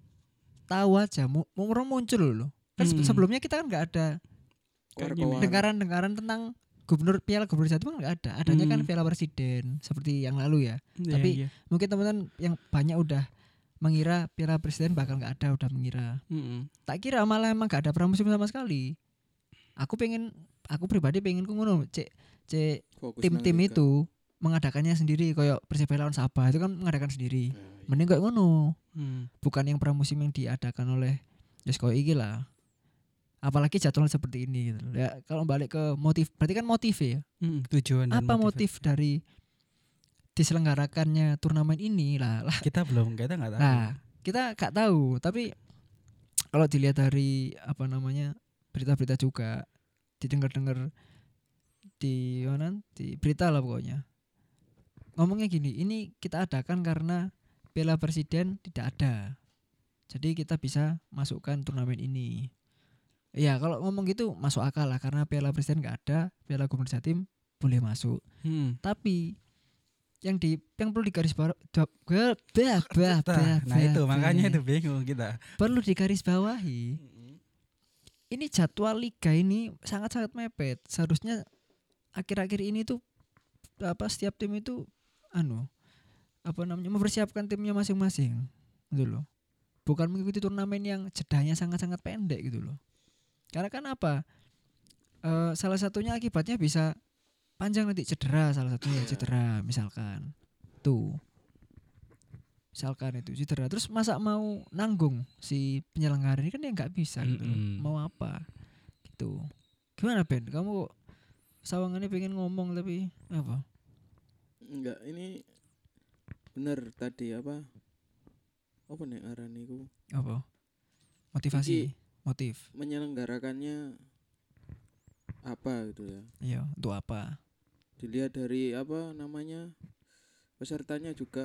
tahu aja mu- mu- orang muncul loh. Kan se- Hmm. sebelumnya kita kan nggak ada War-war. dengaran-dengaran tentang gubernur Piala Gubernur Jatim kan nggak ada. Adanya kan Hmm. Piala Presiden seperti yang lalu ya. Iya, Tapi iya. Mungkin teman-teman yang banyak udah mengira Piala Presiden bakal nggak ada, udah mengira. Mm-mm. Tak kira malah emang gak ada pramusim sama sekali. Aku pengen, aku pribadi pengen ku ngono, cek cek Fokus tim-tim nang liga. itu mengadakannya sendiri, kayak Persebaya lawan Sabah itu kan mengadakan sendiri. Nah, iya. Mending kayak ngono, Hmm. bukan yang pramusim yang diadakan oleh Yes koyo iki lah. Apalagi jadwal seperti ini gitu. Ya kalau balik ke motif, berarti kan motif ya. Mm, tujuan dan Apa motivasi. motif dari diselenggarakannya turnamen ini lah? Lah, kita belum kita nggak tahu nah, kita gak tahu, tapi kalau dilihat dari apa namanya berita-berita juga, didengar-dengar di mana di berita lah pokoknya. Ngomongnya gini, ini kita adakan karena Piala Presiden tidak ada. Jadi kita bisa masukkan turnamen ini. Ya kalau ngomong gitu masuk akal lah karena Piala Presiden nggak ada, Piala Gubernur Jatim boleh masuk. Hmm. Tapi yang di yang perlu digarisbawahi bah, bah, bah, bah, nah itu bah, makanya bah. itu bingung kita Perlu digarisbawahi. Ini jadwal liga ini sangat-sangat mepet. Seharusnya akhir-akhir ini tuh apa setiap tim itu anu apa namanya mempersiapkan timnya masing-masing gitu loh. Bukan mengikuti turnamen yang jedanya sangat-sangat pendek gitu loh. Karena kan apa? Eh, salah satunya akibatnya bisa panjang nanti cedera, salah satunya cedera misalkan. Tuh. Misalkan itu cedera, terus masa mau nanggung si penyelenggara ini kan ya nggak bisa gitu loh. Mm-mm. Mau apa? Gitu. Gimana Ben? Kamu kok sawangannya pengen ngomong tapi apa? Enggak, ini bener tadi apa? Apa nih araniku? Apa? Motivasi, Iki- motif. Menyelenggarakannya apa gitu ya? Iya, untuk apa? Dilihat dari apa namanya? Pesertanya juga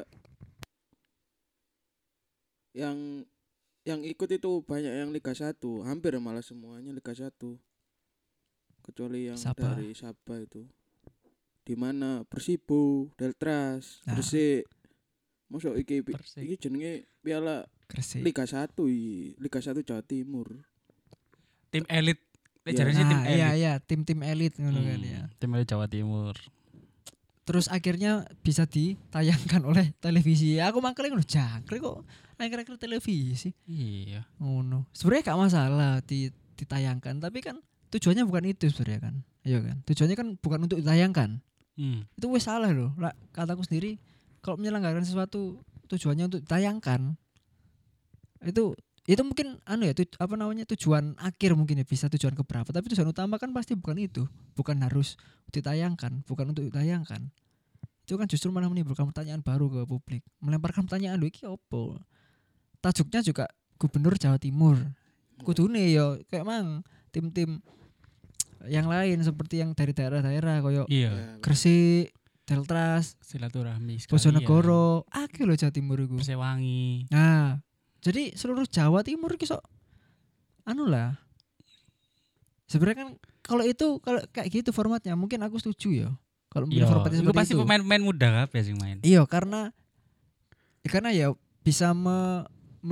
yang yang ikut itu banyak yang Liga satu, hampir malah semuanya Liga satu. Kecuali yang Sabah. dari Sabah itu. Di mana Persibo, Deltras, Nah. Gresik. Mosok iki Persik. iki jenenge Piala Gresik. Liga satu i, Liga satu Jawa Timur. tim elit eh, Ya. jarang sih tim Nah, elit iya iya, tim-tim elit ngono kan Hmm, ya. tim elit Jawa Timur Terus akhirnya bisa ditayangkan oleh televisi. Aku makanya ngono jangkrik kok akhir-akhir televisi. iya Ngono. Sebenarnya gak masalah di, ditayangkan, tapi kan tujuannya bukan itu sebenarnya kan. Iya kan? Tujuannya kan bukan untuk ditayangkan. hmm. Itu wes salah loh. Lah, kataku sendiri kalau menyelenggarakan sesuatu tujuannya untuk ditayangkan. Itu itu mungkin anu ya tu, apa namanya tujuan akhir mungkin ya bisa tujuan keberapa, tapi tujuan utama kan pasti bukan itu, bukan harus ditayangkan, bukan untuk ditayangkan. Itu kan justru malah menimbulkan pertanyaan baru ke publik, melemparkan pertanyaan lho iki opo. Tajuknya juga Gubernur Jawa Timur. Kudune ya kayak mang tim-tim yang lain seperti yang dari daerah-daerah koyo iya Ya, Gresik, Deltras, silaturahmi sekalian. Bojonegoro, akeh lho Jawa Timur iku. Persewangi Nah, jadi seluruh Jawa Timur iki sok anu lah. Sebenarnya kan kalau itu kalau kayak gitu formatnya mungkin aku setuju ya. Kalau mungkin iya formatnya itu seperti pasti itu. pemain-pemain muda kabeh sing main Iya, karena ya karena ya bisa me, memo-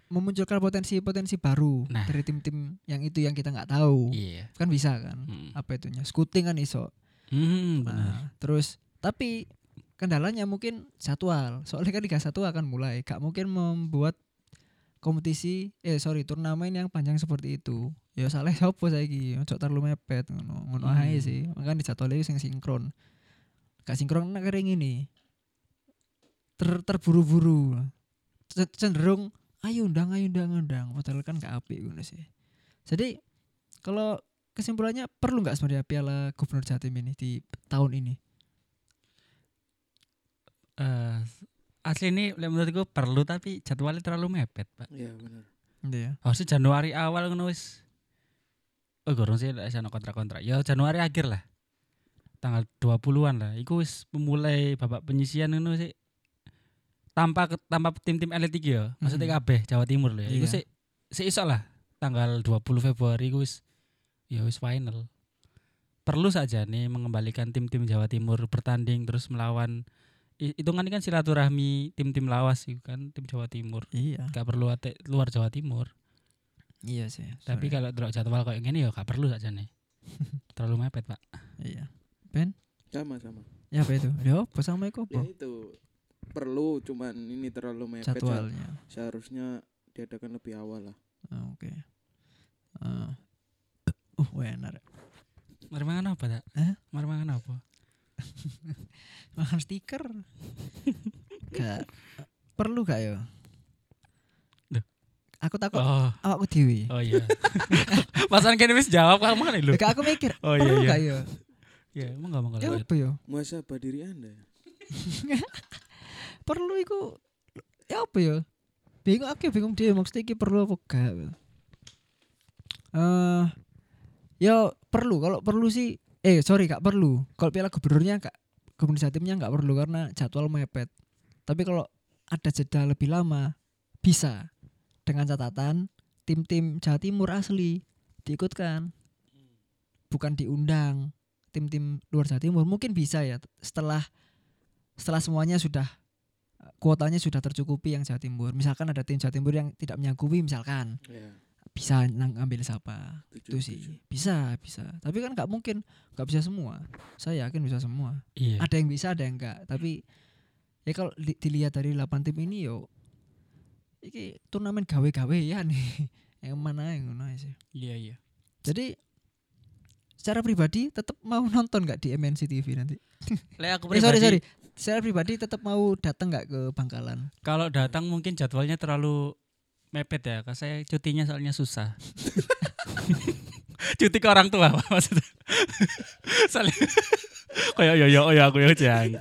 memunculkan potensi-potensi baru Nah. dari tim-tim yang itu yang kita nggak tahu. Iya. Kan bisa kan? Hmm. Apa itunya? Scouting kan iso. Hmm, benar. Nah, terus tapi kendalanya mungkin jadwal. Soalnya kan Liga satu akan mulai, gak mungkin membuat kompetisi eh sorry turnamen yang panjang seperti itu. Ya salah sopo saiki, ojo terlalu mepet ngono. Ngono Hmm. ae sih. Makanya dijadwalnya sing sinkron. Gak sinkron nek kering ini. Ter terburu-buru. C- cenderung ayo undang ayo undang undang padahal kan gak apik ngono sih. Jadi kalau kesimpulannya perlu nggak sebenarnya Piala Gubernur Jatim ini di tahun ini? Eh, asli ini lek menurutku perlu tapi jadwalnya terlalu mepet, Pak. Iya benar. Iya ya. Harusnya Januari awal ngono wis. Oh, gorong sih lek sana kontrak-kontrak. Ya Januari akhir lah. Tanggal dua puluhan lah. Iku wis memulai babak penyisian ngono sih. Tanpa tanpa tim-tim elit iki ya. Maksudnya Mhm. kabeh Jawa Timur lho ya. Iku Iya. sih sih iso lah. Tanggal dua puluh Februari iku wis ya wis final. Perlu saja nih mengembalikan tim-tim Jawa Timur bertanding terus melawan i- hitungan kan silaturahmi tim-tim lawas itu kan tim Jawa Timur. Iya. Gak perlu ate luar Jawa Timur. Iya sih. Tapi sebenarnya. kalau delok jadwal kayak gini ya gak perlu saja nih. Terlalu mepet, Pak. Iya. Sama-sama. Ya apa itu? Ya apa sama iku Ya apa? itu perlu cuman ini terlalu mepet. Sa- Jadwalnya. Seharusnya diadakan lebih awal lah. Ah, Oke. Ah. Uh, enak. Mari mangan apa, Tak? Hah? Mari mangan apa? Makan stiker. Gak perlu gak ya? Duh. Aku takut Oh, awakku dhewe. oh iya. Pasan kene wis jawab kamu kan lho. Gak aku mikir. Oh, iya, perlu iya. gak ya? Ya, emang enggak Ya enggak. apa ya? Muhasabah diri Anda. Perlu iku ya apa ya? Bingung aku ya, bingung dhewe maksudnya iki perlu apa gak. Eh ya perlu kalau perlu sih eh sorry gak perlu. Kalau Piala Gubernurnya gak Gubernur Jatimnya gak perlu karena jadwal mepet. Tapi kalau ada jeda lebih lama bisa dengan catatan tim-tim Jawa Timur asli diikutkan. Bukan diundang tim-tim luar Jawa Timur mungkin bisa ya setelah setelah semuanya sudah kuotanya sudah tercukupi yang Jawa Timur. Misalkan ada tim Jawa Timur yang tidak menyanggupi misalkan Ya. bisa nang- ngambil siapa Tujuh, itu sih tujuh. bisa bisa tapi kan nggak mungkin nggak bisa semua saya yakin bisa semua Iya. ada yang bisa ada yang enggak tapi ya kalau di- dilihat dari delapan tim ini yo iki turnamen gawe-gawe ya nih yang mana yang mana sih Iya, iya. jadi secara pribadi tetap mau nonton nggak di M N C T V nanti Lek aku eh sorry sorry pribadi secara pribadi tetap mau datang nggak ke Bangkalan kalau datang mungkin jadwalnya terlalu mepet ya, karena saya cutinya soalnya susah. Cuti ke orang tua Pak, maksudnya. Soalnya kayak yo yo oh ya aku yo jang.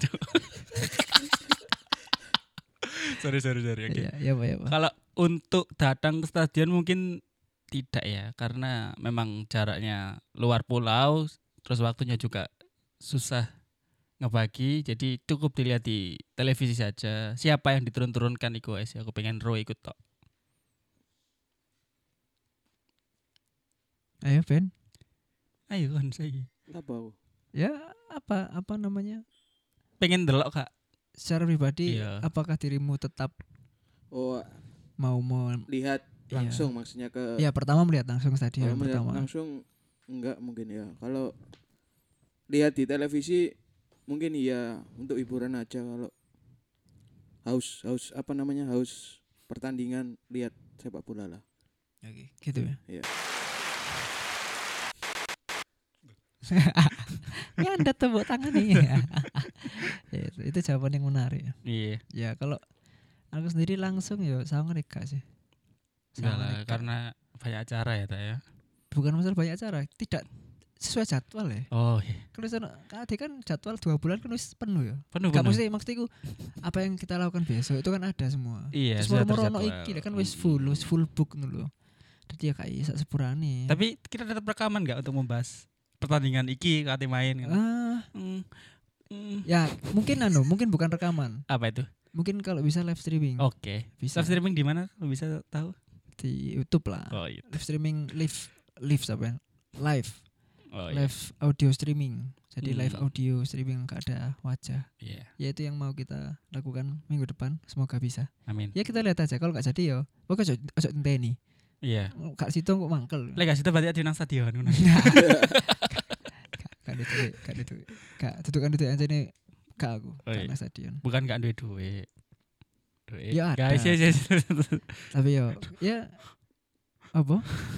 sorry sorry sorry oke. iya iya Pak ya Pak Kalau untuk datang ke stadion mungkin tidak ya, karena memang jaraknya luar pulau, terus waktunya juga susah ngebagi, jadi cukup dilihat di televisi saja. Siapa yang diturun-turunkan iku wis, aku pengen ro ikut tok. ayo Ben Ayo kan saya Apa? aku? ya apa apa namanya pengen delok Kak. secara pribadi Iya. apakah dirimu tetap Oh, mau mau lihat Iya. langsung maksudnya ke ya pertama melihat langsung kalau stadion melihat pertama langsung enggak mungkin ya. Kalau lihat di televisi mungkin iya untuk hiburan aja. Kalau haus haus apa namanya haus pertandingan lihat sepak bola lah. Oke, gitu ya. Iya. Ya Anda tepuk tangan nih. Ya, itu, itu jawaban yang menarik ya. Iya. Ya kalau aku sendiri langsung ya sama mereka sih. Enggak Sama lah, mereka. karena banyak acara ya tak ya. Bukan masalah banyak acara, tidak sesuai jadwal ya. Oh iya. Kalau sana tadi kan jadwal dua bulan kan wis penuh ya. Penuh Gak penuh. mesti maksudku apa yang kita lakukan besok itu kan ada semua. Iya, Terus sudah moro-moro ono terjadwal. iki lah kan wis full, wis full book ngono lho. Jadi ya kayak sak sepurane. Tapi kita tetap rekaman nggak untuk membahas pertandingan iki kate main kan? ah Hmm. Hmm. ya mungkin anu, mungkin bukan rekaman. Apa itu? Mungkin kalau bisa live streaming. Oke. Bisa Live streaming di mana? Lo bisa tahu? di YouTube lah. Oh iya. Live streaming live live apa ya? Live. Oh iya. Live audio streaming Jadi Hmm. live audio streaming gak ada wajah. Iya. Ya itu yang mau kita lakukan minggu depan. Semoga bisa. Amin. Ya kita lihat aja. Kalau gak jadi ya, pokoknya ojo ojo enteni. Iya. Kak situ kok mangkel. Lek gak situ berarti adi nang stadion ngono. Gak ada duit, gak ada duit. Gak dudukan duit aja nih. Gak aku. Oh, iya. Karena stadion. Bukan gak duwe duit. Duit. Ya ada. Guys, yes, yes. Tapi yo, ya apa?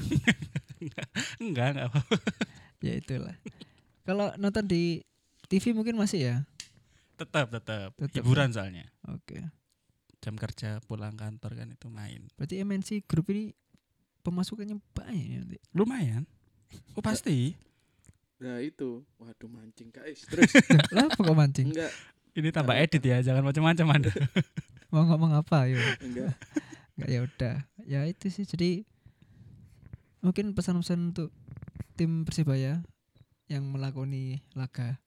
Enggak, enggak apa-apa. Ya itulah. Kalau nonton di T V mungkin masih ya. Tetap, tetap. Tetap, Hiburan soalnya. Oke. Jam kerja pulang kantor kan itu main. Berarti M N C grup ini pemasukannya banyak ya nanti. Lumayan. Oh pasti. Nah itu, waduh mancing guys. Terus Lah apa kok mancing? enggak, Ini tambah edit ya, jangan macam-macam Anda. Mau ngomong apa yuk? enggak. Enggak ya udah. Ya itu sih jadi mungkin pesan-pesan untuk tim Persibaya yang melakoni laga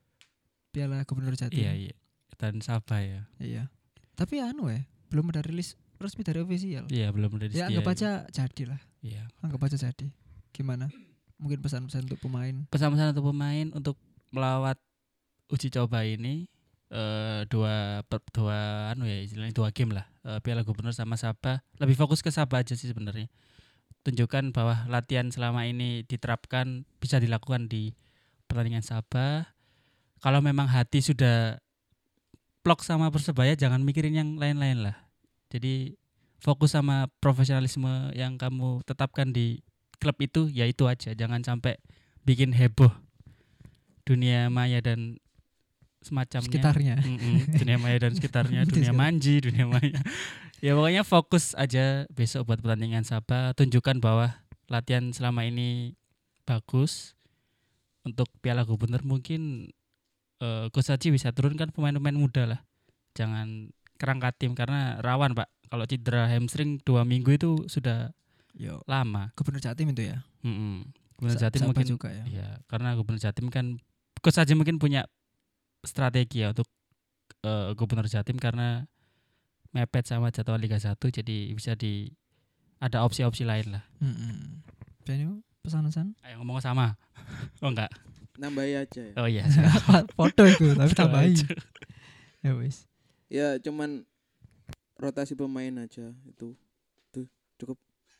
Piala Gubernur Jatim. Iya, iya. Dan Sabah ya. Iya. Tapi anu ya, belum ada rilis resmi dari official. Iya, belum ada Ya anggap aja jadi lah. Iya. Anggap aja jadi. Gimana? Mungkin pesan-pesan untuk pemain. Pesan-pesan untuk pemain untuk melawat uji coba ini eh dua per, dua anu ya istilahnya dua game lah. Eh, Piala Gubernur sama Sabah. Lebih fokus ke Sabah aja sih sebenarnya. Tunjukkan bahwa latihan selama ini diterapkan bisa dilakukan di pertandingan Sabah. Kalau memang hati sudah plok sama Persebaya, jangan mikirin yang lain-lain lah. Jadi fokus sama profesionalisme yang kamu tetapkan di klub itu, ya itu aja. Jangan sampai bikin heboh dunia maya dan semacamnya. Sekitarnya. Mm-mm, dunia maya dan sekitarnya, Itu dunia sekarang. manji, dunia maya. Ya pokoknya fokus aja besok buat pertandingan Sabah. Tunjukkan bahwa latihan selama ini bagus. Untuk Piala Gubernur mungkin uh, Coach Haji bisa turunkan pemain-pemain muda lah. Jangan kerangka tim karena rawan Pak. Kalau cedera hamstring dua minggu itu sudah Yo, lama. Gubernur Jatim itu ya. Mm-mm. Gubernur Sa- Jatim Sabah mungkin juga ya. ya karena Gubernur Jatim kan Coach Haji mungkin punya strategi ya untuk uh, Gubernur Jatim karena mepet sama jadwal Liga satu jadi bisa di ada opsi-opsi lain lah. Heeh. Benyo pesan-pesan. Ayo ngomong sama. Oh enggak. Nambahin aja ya. Oh iya. Foto itu tapi tambahin. Ya wis. Ya cuman rotasi pemain aja itu. Tuh cukup.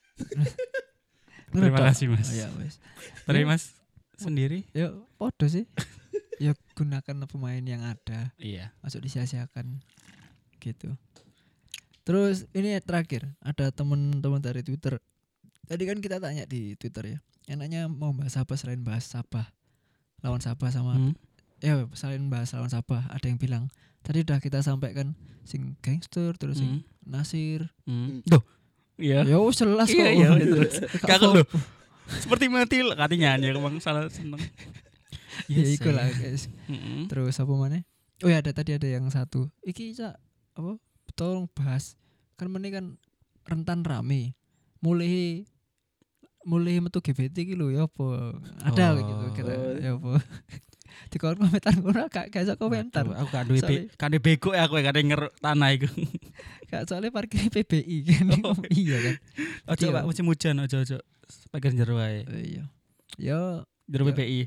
Terima Ngeredok. kasih, Mas. Oh, ya wis. Tadi Mas sendiri? Ya podo sih. Ya gunakan pemain yang ada. Iya. Masuk disia-siakan gitu. Terus ini terakhir ada teman-teman dari Twitter. Tadi kan kita tanya di Twitter ya. Enaknya mau bahas apa selain bahas Sabah. Lawan Sabah sama Hmm. ya selain bahas lawan Sabah ada yang bilang tadi udah kita sampaikan sing gangster terus sing Hmm. Nasir. Hmm. Hmm. Duh. Iya. Ya wis jelas kok. Iya, iya, Gitu. Kakak loh. Seperti mati lah katanya ya emang salah seneng. Ya iku lah guys. Heeh. Terus apa mana? Oh ya ada tadi ada yang satu. Iki Cak, apa? Tolong bahas. Kan meneh kan rentan rame. Mulai mulai metu G B T iki lho ya apa? Ada Oh. gitu kira Oh. ya apa? Di komentar ngono gak gak iso komentar. Waduh, aku gak duwe Soalnya- be- gak duwe bego ya aku ya gak nger tanah iku. Gak soalnya parkir P B I kan. Oh. Iya kan. Ojo Iya. Pak musim hujan ojo ojo. Pakai jero wae. Oh, iya. Ya Jero Ya. P P I.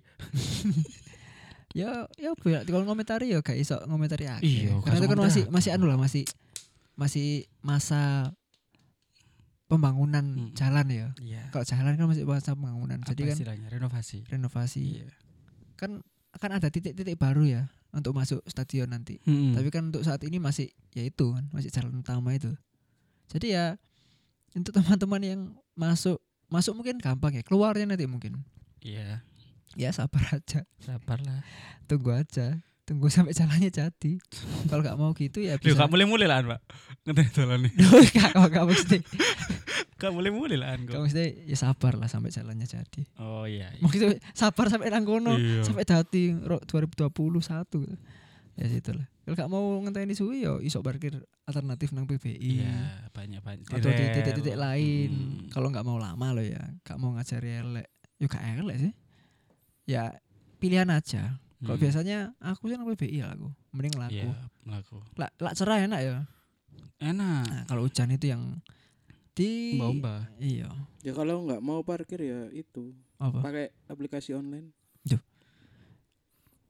ya ya apa ya kalau ngomentari ya gak iso ngomentari akeh. Iya, gak Karena iso itu kan ngomentari masih akeh. masih anu lah masih masih masa pembangunan Hmm. jalan ya. Iya. Kalau jalan kan masih masa pembangunan. Apa Jadi kan istilahnya renovasi. renovasi. Iya. Kan akan ada titik-titik baru ya untuk masuk stadion nanti. Hmm. Tapi kan untuk saat ini masih ya itu kan masih jalan utama itu. Jadi ya untuk teman-teman yang masuk masuk mungkin gampang ya, keluarnya nanti mungkin. Iya, Ya sabar aja, sabarlah. tunggu aja. Tunggu sampai jalannya jadi. Kalau nggak mau gitu ya Lho bisa. gak mulai-mulai lah, Pak. Ngene dolane. Gak gak gak mesti. Gak mulai-mulai lah Gak kok. mesti ya sabar lah sampai jalannya jadi. Oh iya. iya. Maksudnya sabar sampai nang kono, Iya. sampai dadi ro- dua ribu dua puluh satu. Ya situlah. Kalau gak mau ngenteni suwi ya iso parkir alternatif nang P B I. Iya, banyak-banyak. Atau di titik-titik lain. Hmm. Kalau nggak mau lama loh ya, gak mau ngajari elek. Ya gak elek sih. Ya pilihan aja. Kalau Hmm. biasanya aku sih nang P B I lah aku. Mending laku. Iya, laku. Lah lah cerah enak ya. Enak. Nah, kalau hujan itu yang di Mbak-mbak. Iya. Ya kalau nggak mau parkir ya itu Apa? pakai aplikasi online.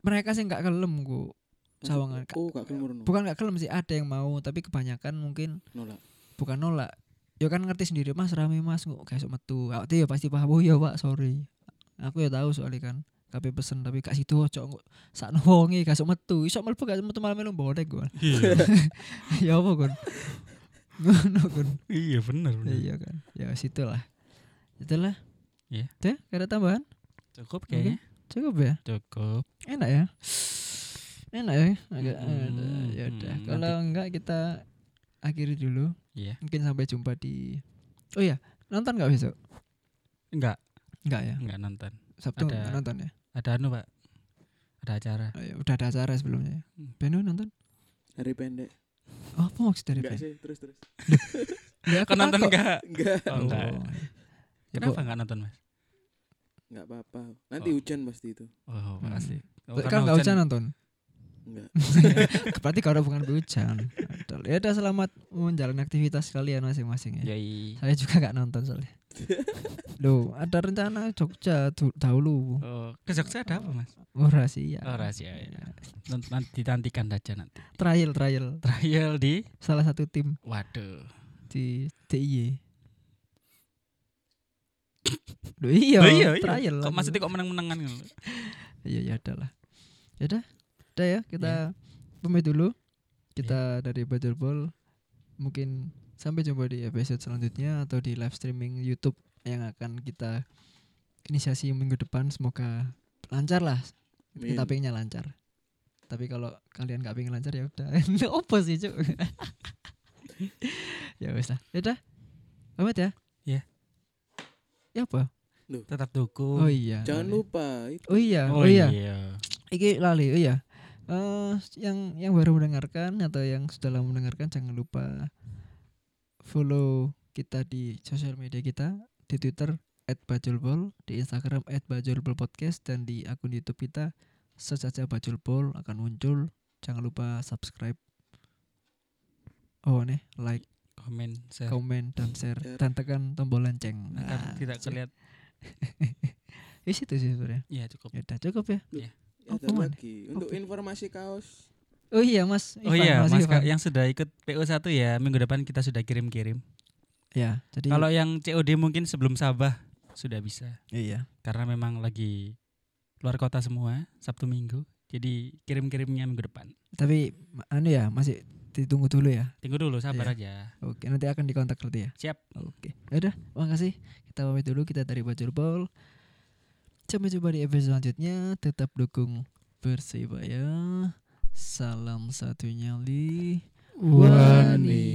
mereka sih nggak kelem ku Sawangan. Oh, gak kelem. Bukan nggak kelem sih, ada yang mau tapi kebanyakan mungkin Nolak. bukan nolak. Ya kan ngerti sendiri Mas rame Mas kok kayak sok metu. Awak ya pasti paham. Oh iya Pak, sorry. Aku ya tahu soalnya kan kabeh pesen tapi gak situ ojo kok sakno wonge gak sok metu. Iso mlebu gak metu malah melu bonek gua. Iya. Ya apa kon? Ngono kon. Iya bener bener. Iya kan. Ya situlah. Itulah. Iya. Teh, ada tambahan? Cukup kayaknya. Cukup ya? Cukup. Enak ya? Enak ya? Agak Hmm, ya udah. hmm, Kalau enggak kita akhiri dulu. Iya. Mungkin sampai jumpa di Oh iya, nonton enggak besok? Enggak, Enggak ya? enggak nonton. Sabtu Ada. nggak nonton ya? Ada anu, Pak. Ada acara. Oh, iya, udah ada acara sebelumnya. Hmm. Beno nonton? Hari pendek. Oh, apa maksud dari Enggak Ben? sih, terus terus. Ya, Kau nonton enggak? Enggak. Oh, enggak. Ya, Kenapa kok- enggak nonton, Mas? Enggak apa-apa. Nanti Oh. hujan pasti itu. Oh, Hmm. makasih. Oh, kan karena enggak hujan nonton. Enggak. Berarti kalau bukan hujan. Ya udah selamat menjalani aktivitas kalian masing-masing ya. Yoi. Saya juga gak nonton soalnya. Loh, ada rencana Jogja du- dahulu. Oh, ke Jogja ada apa, Mas? Oh, rahasia. Oh, rahasia ya. Nont- Nanti ditantikan aja nanti. Trial, trial. Trial di Salah satu tim waduh. di D I Y. Loh iya, Oh, iya, iya. trial. Kok lah. maksudnya kok menang-menangan gitu? Iya, ya udah lah. Ya udah. Udah ya, kita pamit dulu. Kita dari Bajul Bol mungkin sampai jumpa di episode selanjutnya atau di live streaming YouTube yang akan kita inisiasi minggu depan. Semoga lancar lah. Amin. Kita pengennya lancar. Tapi kalau kalian gak pengen lancar ya udah. Apa sih, Cuk? Ya wes lah. Ya udah. Pamit ya. Iya. Ya apa? Tetap dukung. Oh iya. Jangan lali. lupa itu. Oh iya. Oh, Oh iya. iya. Iki lali. Oh iya. Eh yang yang baru mendengarkan atau yang sudah lama mendengarkan jangan lupa follow kita di sosial media kita di Twitter et bajulbol, di Instagram et bajulbolpodcast dan di akun YouTube kita search aja bajulbol akan muncul. Jangan lupa subscribe. Oh nih, like, Komen, share. komen dan share Share. dan tekan tombol lonceng. Agar Nah, tidak cek. terlihat. Di situ sih sebenarnya. Iya, cukup. Ya udah cukup ya. Ya, Apa ada man? lagi untuk Apa? informasi kaos. Oh iya Mas. Oh Ivan, iya, Mas Mas Ivan. Kak, yang sudah ikut P O satu ya, minggu depan kita sudah kirim-kirim. Ya, jadi Kalau yang C O D mungkin sebelum Sabah sudah bisa. iya. Karena memang lagi luar kota semua, Sabtu Minggu. Jadi kirim-kirimnya minggu depan. Tapi ma- anu ya masih ditunggu dulu ya. Tunggu dulu, sabar Iya. aja. Oke, nanti akan dikontak berarti ya. Siap. Oke. Ya udah, makasih. Kita pamit dulu, kita dari Bajul Bol. Sampai jumpa di episode selanjutnya. Tetap dukung Persibaya. Salam satu nyali. Wani.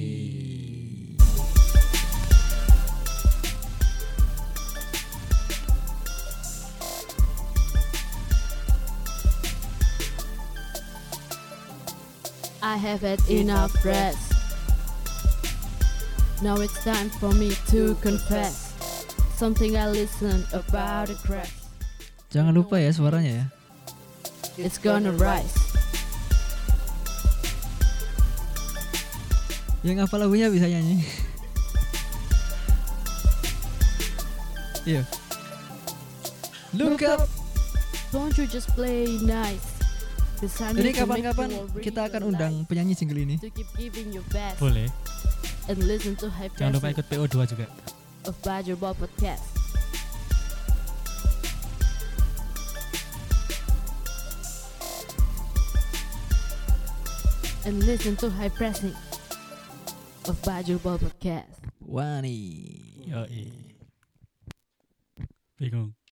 I have had enough rest. Now it's time for me to confess something I listened about a crash. Jangan lupa ya suaranya ya. It's gonna rise. Yang hafal lagunya bisa nyanyi. Iya. Look up. Don't you just play nice? 'Cause I Jadi need to make kapan-kapan you all kita akan realize undang penyanyi single ini. to keep giving your best Boleh. and listen to high Jangan lupa pressing ikut P O dua juga. of Bajul Ball Podcast. And listen to high pressing of Bajul Ball Podcast. Wani. Yoi. Bingung.